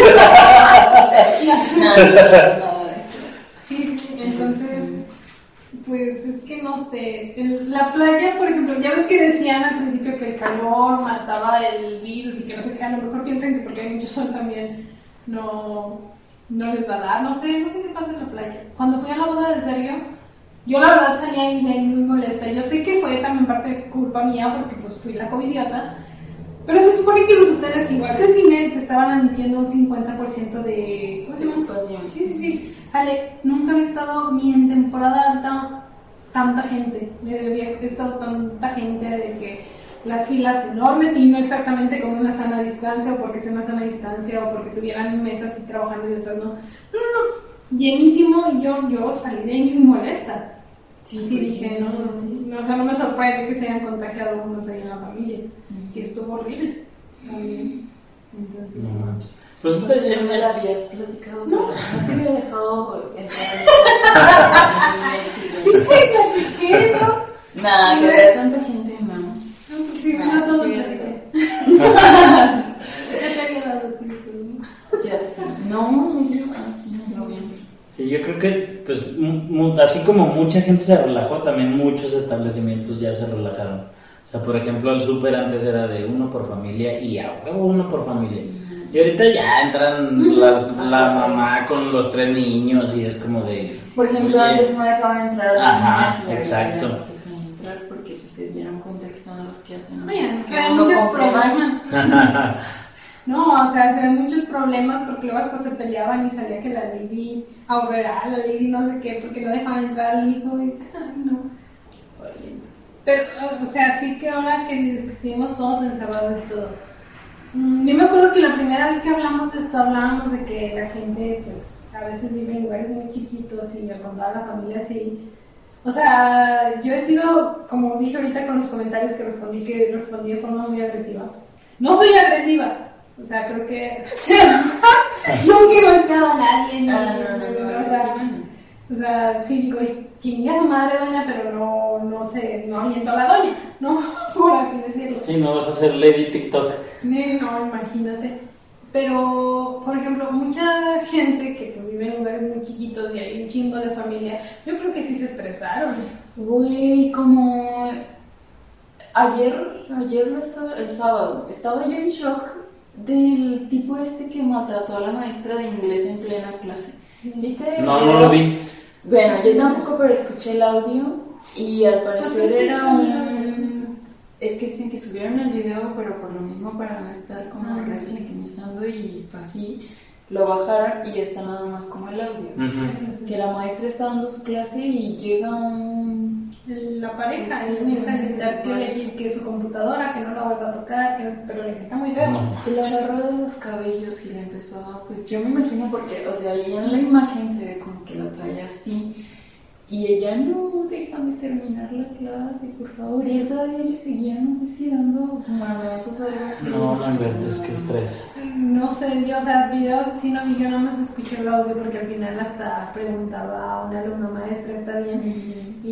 Nada de eso.
Sí, entonces, pues es que no sé. En la playa, por ejemplo, ya ves que decían al principio que el calor mataba el virus y que no sé qué, a lo mejor piensan que porque hay mucho sol también no les va a dar, no sé qué pasa en la playa. Cuando fui a la boda de Sergio, yo la verdad salí ahí muy molesta. Yo sé que fue también parte de culpa mía porque pues fui la covidiota, pero se supone que los hoteles, igual que el cine, te estaban admitiendo un 50% de... ¿Cómo se llama?
Ocupación.
Sí. Ale, nunca había estado ni en temporada alta tanta gente. Había estado tanta gente de que las filas enormes y no exactamente con una sana distancia o porque sea una sana distancia o porque tuvieran mesas y trabajando y otras no. No, llenísimo y yo salí de ahí muy molesta. Sí, dije, no, o sea, no me sorprende que se hayan contagiado unos ahí en la familia. Y estuvo horrible también. Entonces,
pues
ya me la habías platicado,
no
te había dejado entrar en mi casa.
Sí, te platiqué, ¿no?
Nada, que había tanta gente, no.
No, pues sí, no solo platiqué.
creo que, pues, así como mucha gente se relajó, también muchos establecimientos ya se relajaron. O sea, por ejemplo, el súper antes era de uno por familia y a huevo uno por familia. Y ahorita ya entran la mamá con los 3 niños y es como de...
Por ejemplo, antes no dejaban entrar a los
Ajá,
niños y
exacto.
ya los dejan entrar porque pues, se dieron cuenta que son los que hacen
Oye,
que
hay
uno
muchos
compre más.
problemas. No, o sea, hay muchos problemas porque luego hasta se peleaban y salía que la lady ahorrera, la lady no sé qué, porque no dejaban entrar al hijo y ay, no. Pero, o sea, sí que ahora que estuvimos todos encerrados y todo. Yo me acuerdo que la primera vez que hablamos de esto, hablábamos de que la gente, pues, a veces vive en lugares muy chiquitos y con toda la familia así. O sea, yo he sido, como dije ahorita con los comentarios que respondí de forma muy agresiva. No soy agresiva. O sea, creo que nunca he golpeado a nadie. O sea, sí digo, chingue a su madre doña, pero no sé, no aliento a la doña, ¿no? Por así decirlo.
Sí, no vas a hacer Lady TikTok.
No, imagínate. Pero, por ejemplo, mucha gente que vive en lugares muy chiquitos y hay un chingo de familia, yo creo que sí se estresaron.
Güey, como ayer no estaba, el sábado, estaba yo en shock del tipo que maltrató a la maestra de inglés en plena clase. ¿Viste?
No lo vi.
Bueno, yo tampoco, pero escuché el audio y al parecer
Pues
era un... Es que dicen que subieron el video, pero por lo mismo para no estar como revictimizando y así, lo bajaron y está nada más como el audio.
Uh-huh.
Que la maestra está dando su clase y llega
la pareja
sí,
y empieza a gritar que su computadora, que no la vuelva a tocar, pero le grita muy feo.
No.
Y la agarró de los cabellos y le empezó a... Pues yo me imagino porque, o sea, ahí en la imagen se ve como que la trae así. Y ella, no, déjame terminar la clase, por favor. Y él todavía le seguía, no sé si dando manazos o algo así.
No inventes, qué estrés.
No sé, yo, o sea, videos sí no vi, yo nada más escuché el audio porque al final hasta preguntaba a una alumna maestra, ¿está bien? Uh-huh.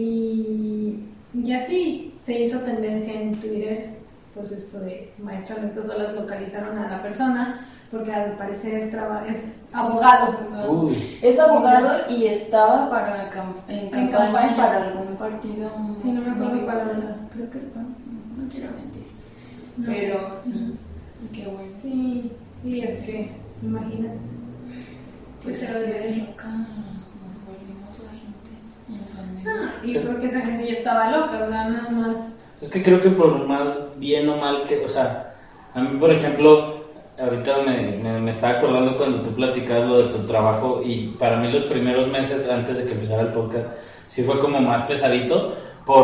Y así se hizo tendencia en Twitter, pues esto de maestra no está sola, localizaron a la persona porque al parecer es abogado.
Es abogado y estaba en campaña para algún partido.
Sí, no me acuerdo para
creo que no quiero mentir. No, pero sí, y qué bueno.
Sí, es que, imagínate.
Pues así de loca nos volvimos la gente en pandemia.
Y yo creo que esa gente ya estaba loca, o sea, nada más.
Es que creo que por más bien o mal que, o sea, a mí por ejemplo, ahorita me estaba acordando cuando tú platicabas lo de tu trabajo y para mí los primeros meses antes de que empezara el podcast sí fue como más pesadito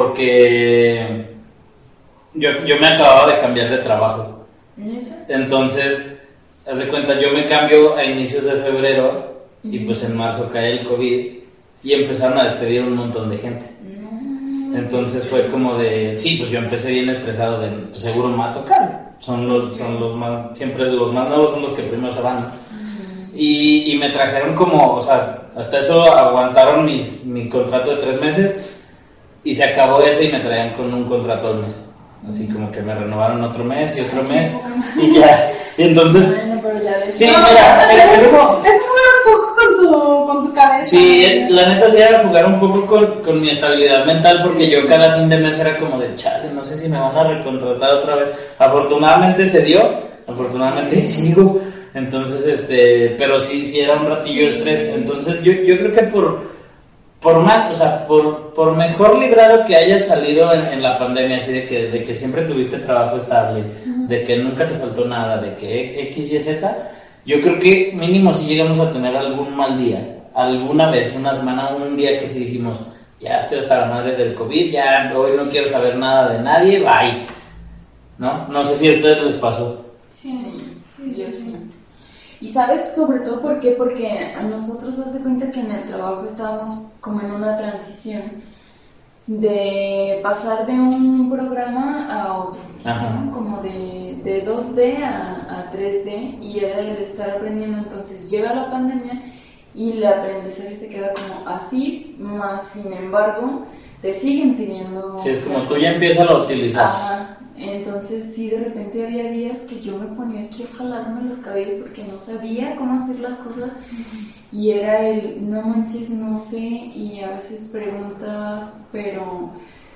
porque yo me acababa de cambiar de trabajo.
¿Neta?
Entonces, haz de cuenta, yo me cambio a inicios de febrero y pues en marzo cae el COVID y empezaron a despedir un montón de gente. Entonces fue como de, sí, pues yo empecé bien estresado de, pues seguro me va a tocar. Son los más, siempre los más nuevos son los que primero se van. Uh-huh. Y me trajeron como, o sea, hasta eso aguantaron mi contrato de 3 meses y se acabó ese y me traían con un contrato al mes. Así como que me renovaron otro mes y otro mes y ya. Y entonces...
Bueno, pero ya
sí,
no,
mira,
eso es un poco con tu cabeza.
Sí, la neta sí era jugar un poco con mi estabilidad mental porque yo cada fin de mes era como de chale, no sé si me van a recontratar otra vez. Afortunadamente se dio, afortunadamente sigo. Entonces, pero sí era un ratillo de estrés. Entonces yo creo que por más, o sea, por mejor librado que hayas salido en la pandemia, así de que siempre tuviste trabajo estable, uh-huh, de que nunca te faltó nada, de que X, Y, Z, yo creo que mínimo si llegamos a tener algún mal día, alguna vez, una semana, un día que sí dijimos, ya estoy hasta la madre del COVID, ya hoy no quiero saber nada de nadie, bye, ¿no? No sé si a ustedes les pasó.
Sí, yo sí. Y sabes sobre todo por qué, porque a nosotros se hace cuenta que en el trabajo estábamos como en una transición de pasar de un programa a otro, ¿no? Como de 2D a 3D y era el estar aprendiendo. Entonces llega la pandemia y el aprendizaje se queda como así, más sin embargo te siguen pidiendo.
Sí, es como tú ya empiezas a utilizar.
Ajá. Entonces sí, de repente había días que yo me ponía aquí a jalarme los cabellos porque no sabía cómo hacer las cosas y era el no manches, no sé, y a veces preguntas, pero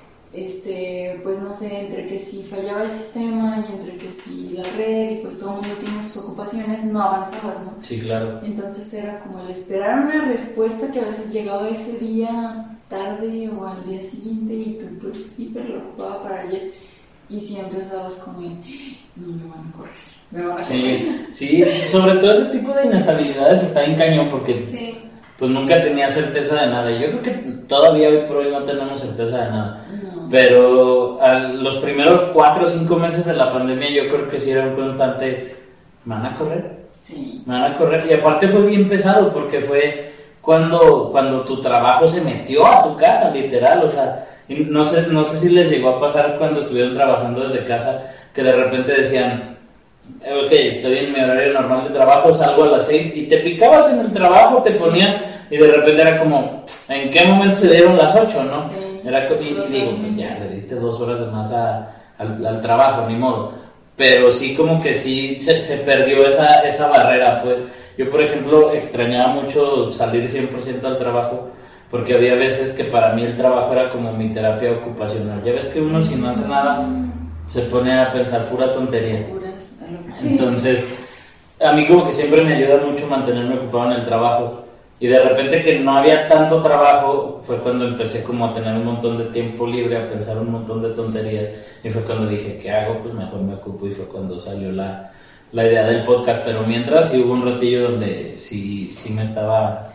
pues no sé, entre que si fallaba el sistema y entre que si la red y pues todo el mundo tiene sus ocupaciones, no avanzabas, ¿no?
Sí, claro.
Entonces era como el esperar una respuesta que a veces llegaba ese día tarde o al día siguiente y tú pues sí, pero lo ocupaba para ayer y siempre estabas como en, no me van a correr.
Sí, sobre todo ese tipo de inestabilidades está en cañón porque pues nunca tenía certeza de nada. Yo creo que todavía hoy por hoy no tenemos certeza de nada. No. Pero los primeros 4 o 5 meses de la pandemia yo creo que sí era un constante, ¿me van a correr?
Sí.
¿Me van a correr? Y aparte fue bien pesado porque fue cuando tu trabajo se metió a tu casa, literal. O sea, no sé si les llegó a pasar cuando estuvieron trabajando desde casa que de repente decían, ok, estoy en mi horario normal de trabajo, salgo a las 6 y te picabas en el trabajo, te ponías y de repente era como, ¿en qué momento se dieron las 8, no?
Sí,
era, y digo, pues ya le diste 2 horas de más al trabajo, ni modo. Pero sí como que sí se perdió esa barrera, pues. Yo, por ejemplo, extrañaba mucho salir 100% al trabajo porque había veces que para mí el trabajo era como mi terapia ocupacional. Ya ves que uno si no hace nada se pone a pensar pura tontería. Entonces, a mí como que siempre me ayuda mucho mantenerme ocupado en el trabajo. Y de repente que no había tanto trabajo, fue cuando empecé como a tener un montón de tiempo libre, a pensar un montón de tonterías. Y fue cuando dije, ¿qué hago? Pues mejor me ocupo. Y fue cuando salió la idea del podcast. Pero mientras sí hubo un ratillo donde sí me estaba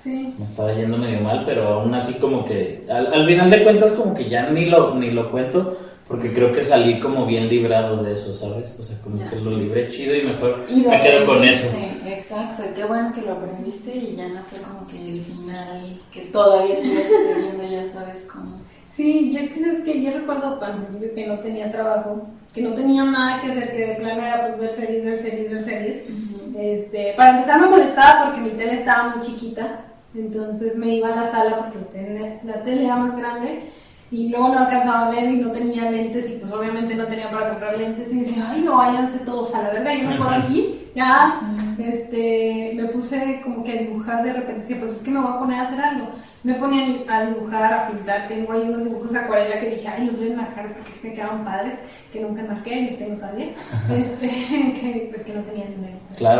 yendo medio mal, pero aún así como que al final de cuentas como que ya ni lo cuento. Porque creo que salí como bien librado de eso, ¿sabes? O sea, como ya que lo libré chido y mejor me quedo con eso.
Exacto, qué bueno que lo aprendiste y ya no fue como que el final, que todavía sigue sucediendo, ya sabes cómo.
Sí, y es que sabes que yo recuerdo cuando que no tenía trabajo, que no tenía nada que hacer, que de plano era pues ver series. Uh-huh. Para empezar me molestaba porque mi tele estaba muy chiquita, entonces me iba a la sala porque la tele era más grande. Y luego no alcanzaba a ver y no tenía lentes y pues obviamente no tenía para comprar lentes y decía, ay no, váyanse todos a la verga, yo me puedo aquí, ya, me puse como que a dibujar de repente, decía, pues es que me voy a poner a hacer algo, me ponía a dibujar, a pintar, tengo ahí unos dibujos de acuarela que dije, ay, los voy a enmarcar porque es que quedaban padres, que nunca enmarqué y los tengo todavía, que pues que no tenía dinero.
Claro.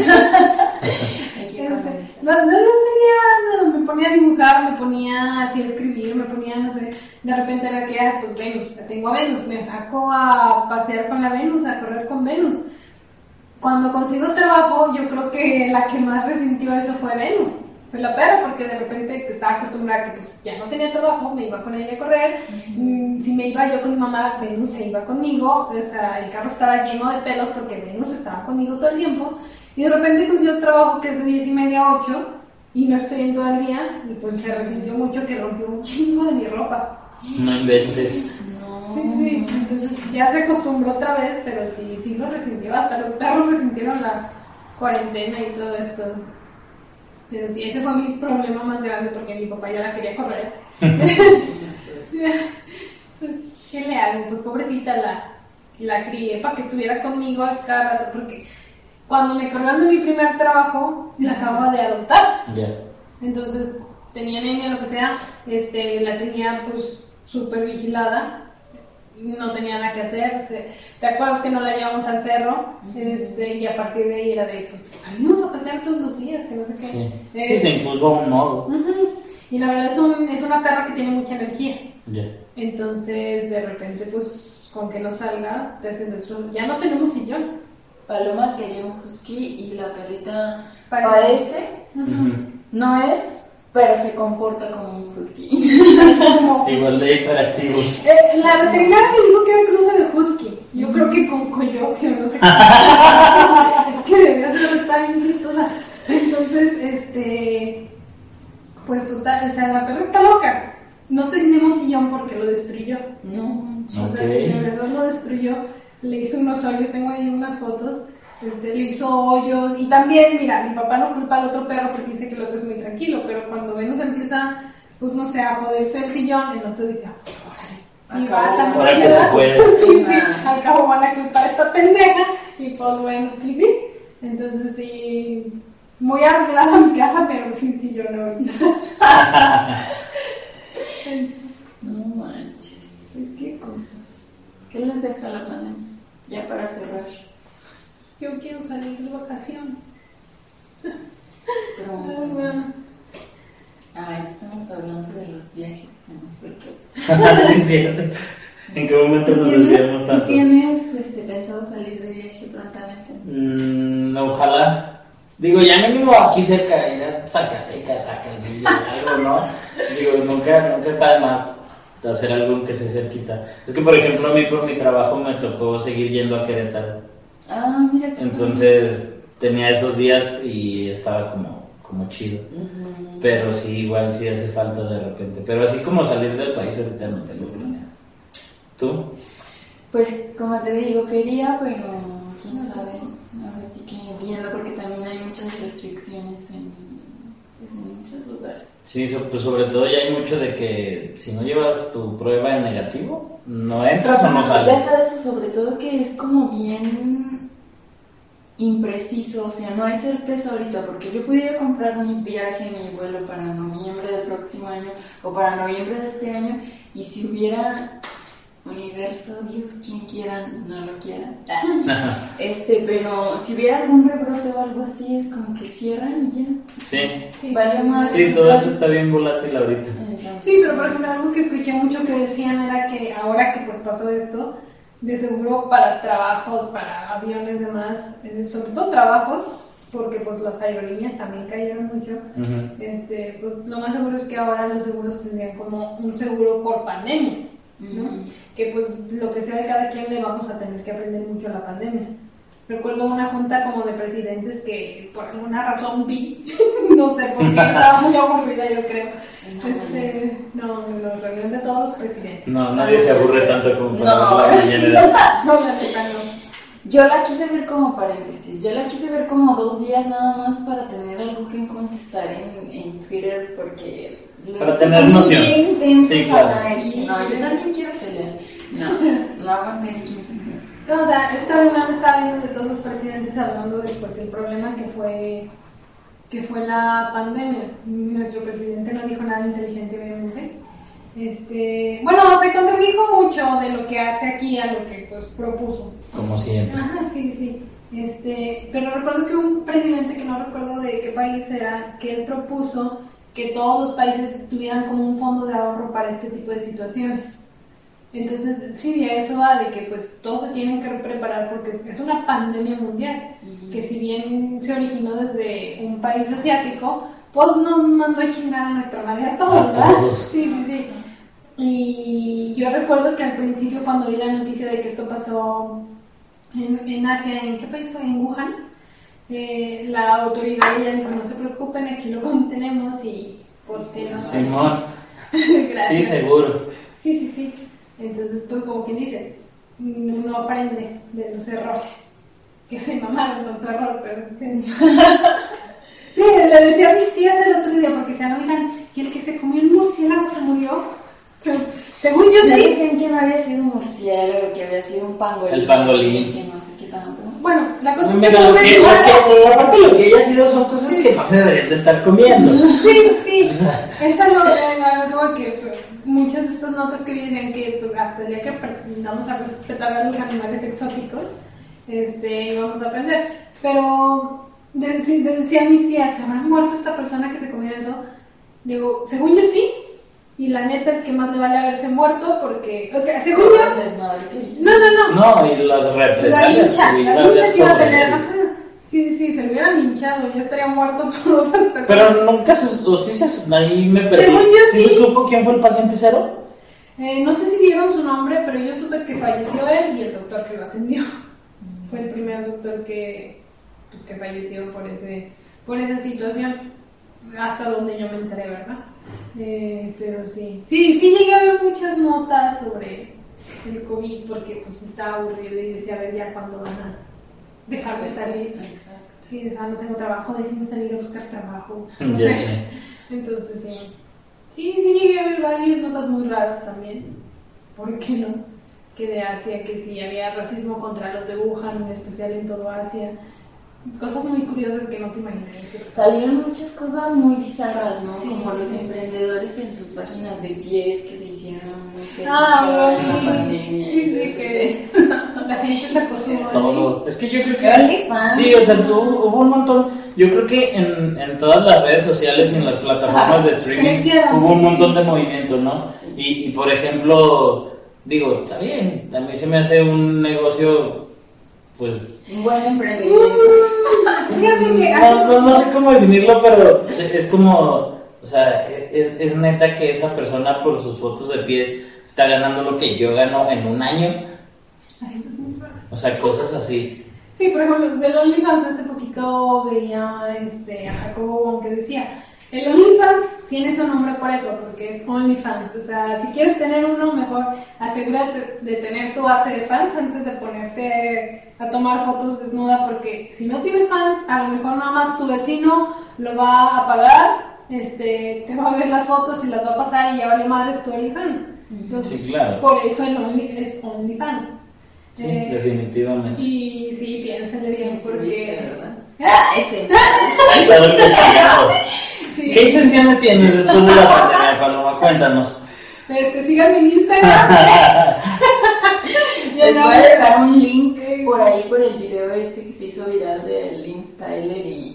No tenía nada, me ponía a dibujar, me ponía así a escribir, me ponía, no sé, de repente era que, pues Venus, tengo a Venus, me saco a pasear con la Venus, a correr con Venus. Cuando consigo trabajo, yo creo que la que más resintió eso fue Venus, fue la perra, porque de repente estaba acostumbrada que pues ya no tenía trabajo, me iba con ella a correr, si me iba yo con mi mamá, Venus se iba conmigo, o sea, el carro estaba lleno de pelos porque Venus estaba conmigo todo el tiempo, y de repente consigo trabajo que es de 10:30 a 8, y no estoy en todo el día, y pues se resintió mucho que rompió un chingo de mi ropa.
No inventes.
Sí, entonces ya se acostumbró otra vez, pero sí lo resintió, hasta los perros resintieron la cuarentena y todo esto. Pero sí, ese fue mi problema más grande porque mi papá ya la quería correr. Pues, ¿qué le hago? Pues pobrecita la crié para que estuviera conmigo a cada rato, porque cuando me corrieron de mi primer trabajo, la acababa de adoptar. Entonces, tenía niña, lo que sea, la tenía pues súper vigilada, no tenía nada que hacer. ¿Te acuerdas que no la llevamos al cerro? Y a partir de ahí era de, pues salimos a pasear todos los días, que no sé qué.
Sí, se impuso a un modo.
Y la verdad es una perra que tiene mucha energía. Entonces, de repente, pues, con que no salga, ya no tenemos sillón.
Paloma quería un husky y la perrita parece, no es, pero se comporta como un husky.
Igual de hiperactivos.
La veterinaria me dijo que era cruce de husky. Yo creo que con coyote, no sé qué. Es que de verdad está bien chistosa. Entonces, pues total, o sea, la perra está loca. No tenemos sillón porque lo destruyó.
No,
o sea, de verdad lo destruyó. Le hizo unos hoyos, tengo ahí unas fotos. Le hizo hoyos. Y también, mira, mi papá no culpa al otro perro porque dice que el otro es muy tranquilo. Pero cuando Venus empieza, pues no sé, a joderse el sillón, el otro dice, órale. Y va también.
Ahora que se puede.
Y sí, al cabo van a culpar a esta pendeja. Y pues bueno, y sí. Entonces sí, muy arreglada mi casa, pero sin sillón ahorita.
No manches, pues qué cosas. ¿Qué les deja la pandemia? Ya para cerrar.
Yo quiero salir de vacación.
Pronto. Ay, estamos hablando de los viajes, se nos fue el todo.
Sí, cierto. ¿En qué momento nos desviamos tanto?
¿Tienes pensado salir de viaje prontamente?
Ojalá. Digo, ya mínimo aquí cerca, ir a Zacatecas, Acalvillo, algo, ¿no? Digo, nunca está de más hacer algo que sea cerquita. Es que, por ejemplo, a mí por mi trabajo me tocó seguir yendo a Querétaro.
Ah, mira.
Entonces tenía esos días y estaba como chido.
Uh-huh.
Pero sí, igual sí hace falta de repente. Pero así como salir del país ahorita no tengo planeado. ¿Tú?
Pues como te digo, quería, pero quién sabe. Ahora sí que viendo, porque también hay muchas restricciones en muchos lugares.
Sí, pues sobre todo ya hay mucho de que si no llevas tu prueba en negativo, ¿no entras o no sales?
Deja de eso, sobre todo que es como bien impreciso, o sea, no hay certeza ahorita, porque yo pudiera comprar mi viaje, mi vuelo para noviembre del próximo año o para noviembre de este año, y si hubiera universo, Dios, quien quiera, no lo quiera, pero si hubiera algún rebrote o algo así, es como que cierran y ya.
Sí.
Vale más.
Sí, todo eso está bien volátil ahorita.
Sí, pero por ejemplo, algo que escuché mucho que decían era que ahora que pues pasó esto, de seguro para trabajos, para aviones y demás, sobre todo trabajos, porque pues las aerolíneas también cayeron mucho,
Uh-huh.
Pues lo más seguro es que ahora los seguros tendrían como un seguro por pandemia, ¿no?
Uh-huh.
Que pues lo que sea de cada quien le vamos a tener que aprender mucho a la pandemia. Recuerdo una junta como de presidentes que por alguna razón vi, no sé por qué, estaba muy aburrida yo creo. La reunión de todos los presidentes.
No, nadie se aburre tanto como para
No.
ver la mañanera.
No, la neta no.
Yo la quise ver como paréntesis, yo la quise ver como 2 días nada más para tener algo que contestar en Twitter, porque...
Para tener noción.
Sí,
claro.
Y dije, no, yo también quiero pelear. No aguanté ni 15 minutos.
No, o sea, esta reunión estaba viendo de todos los presidentes hablando de, pues, del problema que fue la pandemia. Nuestro presidente no dijo nada inteligente, obviamente. Bueno, se contradijo mucho de lo que hace aquí a lo que pues propuso.
Como siempre.
Ajá, sí. Pero recuerdo que un presidente, que no recuerdo de qué país era, que él propuso que todos los países tuvieran como un fondo de ahorro para este tipo de situaciones. Entonces, sí, de eso va, de que pues todos se tienen que preparar porque es una pandemia mundial, uh-huh. Que si bien se originó desde un país asiático, pues nos mandó a chingar a nuestra madre a todos, ¿verdad? Sí. Y yo recuerdo que al principio cuando vi la noticia de que esto pasó en Asia, ¿en qué país fue? En Wuhan, la autoridad ya dijo, no se preocupen, aquí lo contenemos y pues que no.
Simón.
Gracias.
Sí, seguro.
Sí. Entonces, pues como quien dice, uno aprende de los errores, que se mamaron con su error, pero... Sí, le decía a mis tías el otro día, porque decían, oigan, ¿y el que se comió el murciélago se murió? Según yo
me
sí.
Dicen que no había sido un murciélago, que había sido un pangolín.
El pangolín.
Que no sé qué tanto.
Bueno, la cosa
Mira,
es
aparte lo que haya sido son cosas que no se deberían de estar comiendo.
Sí. Es algo que muchas de estas notas que dicen que pues, hasta el día que aprendamos a respetar a los animales exóticos, vamos a aprender. Pero decían mis tías, ¿habrá muerto esta persona que se comió eso? Digo, según yo sí. Y la neta es que más le vale haberse muerto porque, o sea, según yo... No,
y las represalias.
La lincha que iba a tener, ajá. Sí, se lo hubieran linchado, ya estaría muerto por otras personas.
Pero nunca ahí me perdí.
Según yo
¿Sí se supo quién fue el paciente cero?
No sé si dieron su nombre, pero yo supe que falleció él y el doctor que lo atendió. Fue el primer doctor que falleció por esa situación. Hasta donde yo me enteré, ¿verdad? Pero sí llegué a ver muchas notas sobre el COVID porque pues estaba aburrido y decía, a ver ya cuándo van a dejar de salir.
Exacto.
Sí, no tengo trabajo, déjenme salir a buscar trabajo.
No sé.
Entonces sí llegué a ver varias notas muy raras también. ¿Por qué no? Que de Asia, que sí había racismo contra los de Wuhan, en especial en todo Asia. cosas muy curiosas que no te imaginas.
Salieron muchas cosas muy bizarras, ¿no?
Sí,
como los
sí.
emprendedores en sus páginas de pies que se hicieron muy en la
Sí,
pandemia.
sí, que la gente sacó su
Todo. Es que yo creo que...
OnlyFans.
Sí, o sea, hubo un montón. Yo creo que en todas las redes sociales y en las plataformas de streaming
crecieron,
hubo
sí,
un
sí,
montón
sí.
de movimiento, ¿no?
Sí.
Y por ejemplo, digo, está bien, a mí se me hace un negocio, pues...
Un buen emprendimiento.
Fíjate que
No sé cómo definirlo, pero es como, o sea, es neta que esa persona por sus fotos de pies está ganando lo que yo gano en un año. O sea, cosas así.
sí, por ejemplo, del OnlyFans hace poquito veía a Jacobo Wong que decía, el OnlyFans tiene su nombre por eso, porque es OnlyFans. O sea, si quieres tener uno, mejor asegúrate de tener tu base de fans antes de ponerte a tomar fotos desnuda, porque si no tienes fans, a lo mejor nada más tu vecino lo va a pagar, te va a ver las fotos y las va a pasar y ya vale madres tu OnlyFans. Entonces,
Sí, claro.
por eso el es OnlyFans.
Sí, definitivamente.
Y sí, piénsenle bien,
Estuviste,
porque...
¿verdad? Ay,
He estado investigando.
Sí.
¿Qué intenciones tienes después de la pandemia, Paloma? Cuéntanos.
Síganme en Instagram. Ya
Les
no.
voy a dejar un link por ahí por el video ese que se hizo viral del Link Styler y...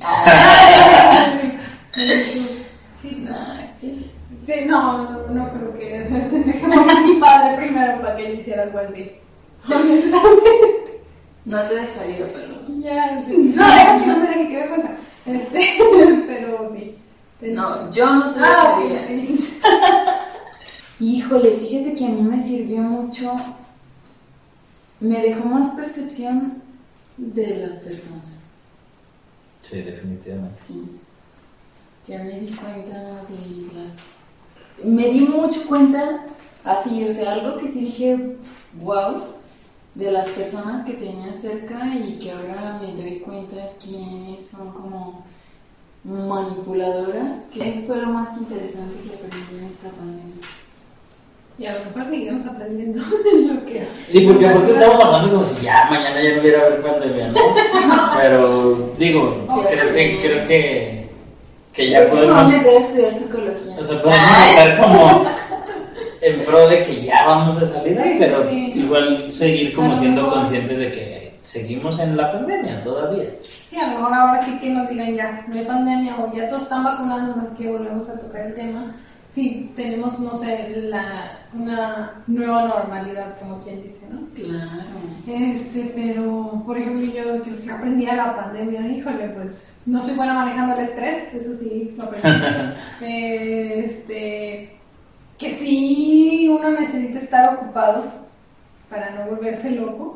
Sí,
Nah, ¿qué?
sí, no creo que tendría que morir mi padre primero para que él hiciera algo así. Honestamente.
No te dejaría, pero...
Ya, sí. No me dejé que me cuenta. Pero sí.
No, yo no te
Ah,
dejaría.
ok.
Híjole, fíjate que a mí me sirvió mucho, me dejó más percepción de las personas.
Sí, definitivamente.
Sí, ya me di cuenta de me di mucho cuenta, así, o sea, algo que sí dije, wow, de las personas que tenía cerca y que ahora me doy cuenta quiénes son como manipuladoras, que eso fue lo más interesante que aprendí en esta pandemia.
Y a lo mejor seguiremos aprendiendo de lo que hace.
Sí, porque aparte estamos hablando como si ya mañana ya no hubiera haber pandemia, ¿no? Pero digo, creo que ya
Creo que me voy a
podemos,
meter a estudiar psicología.
o sea, podemos estar como en pro de que ya vamos de salida,
Sí,
pero
sí.
igual seguir como
A lo
siendo
mejor.
conscientes de que seguimos en la pandemia todavía.
Sí, a lo mejor ahora sí que nos digan ya, no hay pandemia o ya todos están vacunados, no que volvemos a tocar el tema. Sí, tenemos, no sé, una nueva normalidad, como quien dice, ¿no?
Claro.
Pero, por ejemplo, yo que aprendí a la pandemia, híjole, pues, no soy buena manejando el estrés, eso sí, lo aprendí. Que sí, uno necesita estar ocupado para no volverse loco.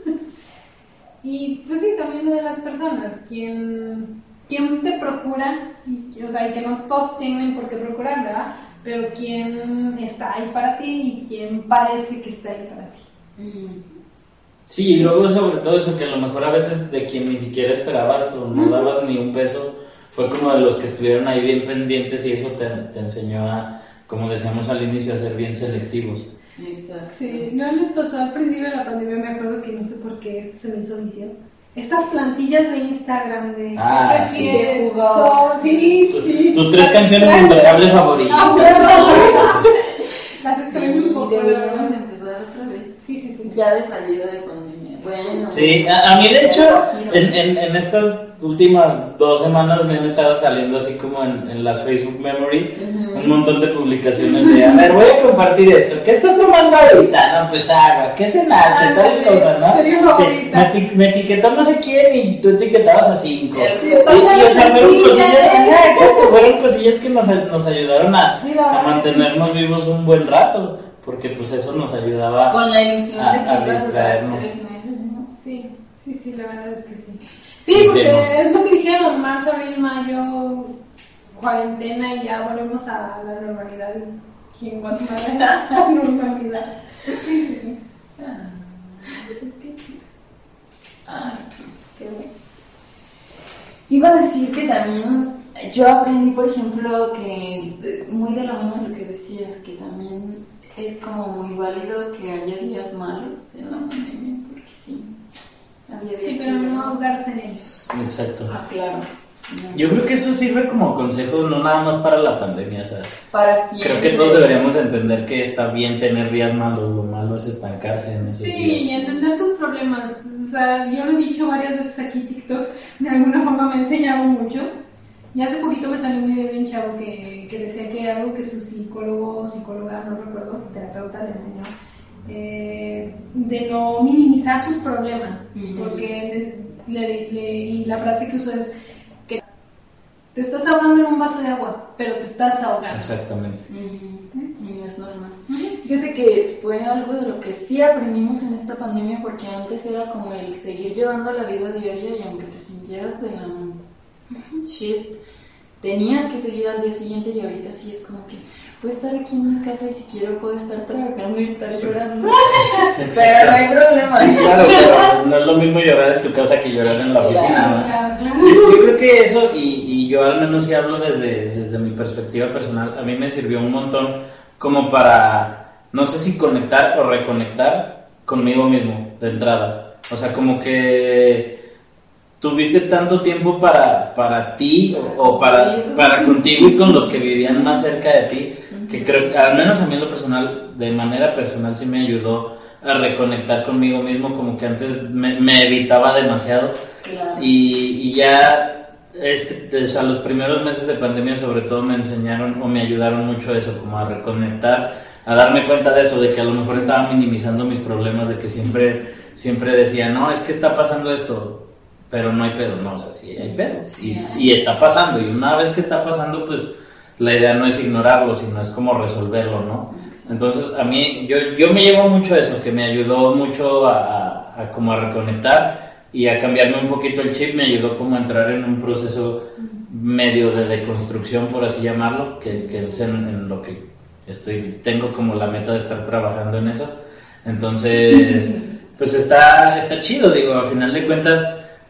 Y, pues sí, también lo de las personas, ¿quién te procura? O sea, y que no todos tienen por qué procurar, ¿verdad? Pero quién está ahí para ti y quién parece que está ahí para ti.
Sí, y luego sobre todo eso que a lo mejor a veces de quien ni siquiera esperabas o no dabas ni un peso, fue como de los que estuvieron ahí bien pendientes y eso te enseñó a, como decíamos al inicio, a ser bien selectivos.
Exacto.
Sí, no les pasó al principio de la pandemia, me acuerdo que no sé por qué esto se me hizo vicio. Estas plantillas de Instagram de
Ah,
¿qué prefieres?
sí. De jugar.
Sí.
Tus 3 canciones intocables favoritas.
Ah, bueno. Las extraño un poco.
Deberíamos empezar otra vez.
Sí.
Ya de salida de pandemia. Bueno.
Sí, a mí de hecho, en estas últimas 2 semanas me han estado saliendo así como en las Facebook Memories un montón de publicaciones de, a ver, voy a compartir esto, ¿qué estás tomando ahorita? No, pues agua, ¿qué cenaste? Tal cosa, ¿no? Me etiquetó no sé quién y tú etiquetabas a 5. Y o sea, fueron cosillas que nos ayudaron a mantenernos vivos un buen rato, porque pues eso nos ayudaba
con la ilusión de que
a
ibas a durar
distraernos.
3 meses, ¿no?
Sí, la verdad es que sí. Sí, porque es lo que dijeron, marzo, abril, mayo, cuarentena y ya volvemos a la normalidad. ¿Quién va a sumar a la normalidad? Sí.
Es que chido. Ay, sí, qué bueno. Iba a decir que también yo aprendí, por ejemplo, que muy de la mano lo que decías, que también es como muy válido que haya días malos en la pandemia, porque sí. Había días
Sí, pero no ahogarse en ellos.
Exacto.
Ah, claro.
Yo creo que eso sirve como consejo no nada más para la pandemia, o sea,
para siempre.
creo que todos deberíamos entender que está bien tener días malos, lo malo es estancarse en esos
Sí,
días.
y entender tus problemas. O sea, yo lo he dicho varias veces aquí, TikTok, de alguna forma me ha enseñado mucho. Y hace poquito me salió un video de un chavo que decía que algo que su psicólogo, psicóloga, no recuerdo, terapeuta le enseñó, de no minimizar sus problemas. Porque y la frase que usó es que te estás ahogando en un vaso de agua, pero te estás ahogando.
Exactamente.
Y es normal. Fíjate que fue algo de lo que sí aprendimos en esta pandemia, porque antes era como el seguir llevando la vida diaria y aunque te sintieras de la shit, tenías que seguir al día siguiente, y ahorita sí es como que puedo estar aquí en mi casa y si quiero puedo estar trabajando y estar llorando. Pero no hay problema.
Sí, claro, pero no es lo mismo llorar en tu casa que llorar en la oficina, ¿no?
Claro.
Yo creo que eso, y yo al menos si hablo desde mi perspectiva personal, a mí me sirvió un montón como para, no sé si conectar o reconectar conmigo mismo de entrada. O sea, como que tuviste tanto tiempo para ti o para contigo y con los que vivían más cerca de ti, que creo, al menos a mí en lo personal, de manera personal sí me ayudó a reconectar conmigo mismo, como que antes me evitaba demasiado.
Claro.
Y ya o sea, los primeros meses de pandemia sobre todo me enseñaron o me ayudaron mucho eso, como a reconectar, a darme cuenta de eso, de que a lo mejor estaba minimizando mis problemas, de que siempre decía, no, es que está pasando esto, pero no hay pedo, no, o sea, sí hay pedo, y está pasando, y una vez que está pasando, pues la idea no es ignorarlo, sino es como resolverlo, ¿no? Entonces a mí, yo me llevo mucho eso, que me ayudó mucho a como a reconectar y a cambiarme un poquito el chip, me ayudó como a entrar en un proceso medio de deconstrucción, por así llamarlo, que es en lo que tengo como la meta de estar trabajando en eso. Entonces, pues está chido, digo, a final de cuentas,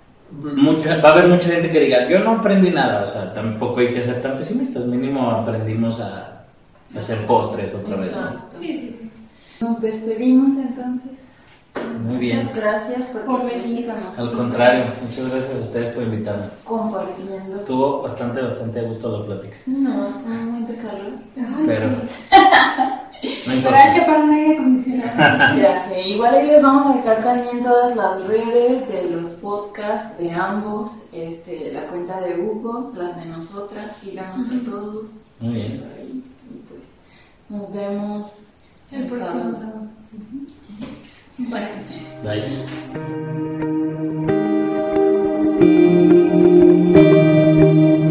va a haber mucha gente que diga, yo no aprendí nada, o sea, tampoco hay que ser tan pesimistas, mínimo aprendimos a hacer postres otra vez, ¿no?
Sí.
Nos despedimos entonces.
Muy bien.
Muchas gracias por venir con nosotros.
Al contrario, muchas gracias a ustedes por invitarme.
Compartiendo.
Estuvo bastante a gusto la plática.
No, está muy de calor.
Pero no
Pero
importa.
hay que parar un aire acondicionado.
Ya sé, igual ahí les vamos a dejar también todas las redes de los podcasts de ambos, la cuenta de Hugo, las de nosotras, síganos a todos.
Muy bien.
Y pues nos vemos
El próximo sábado.
Bueno.
Bye.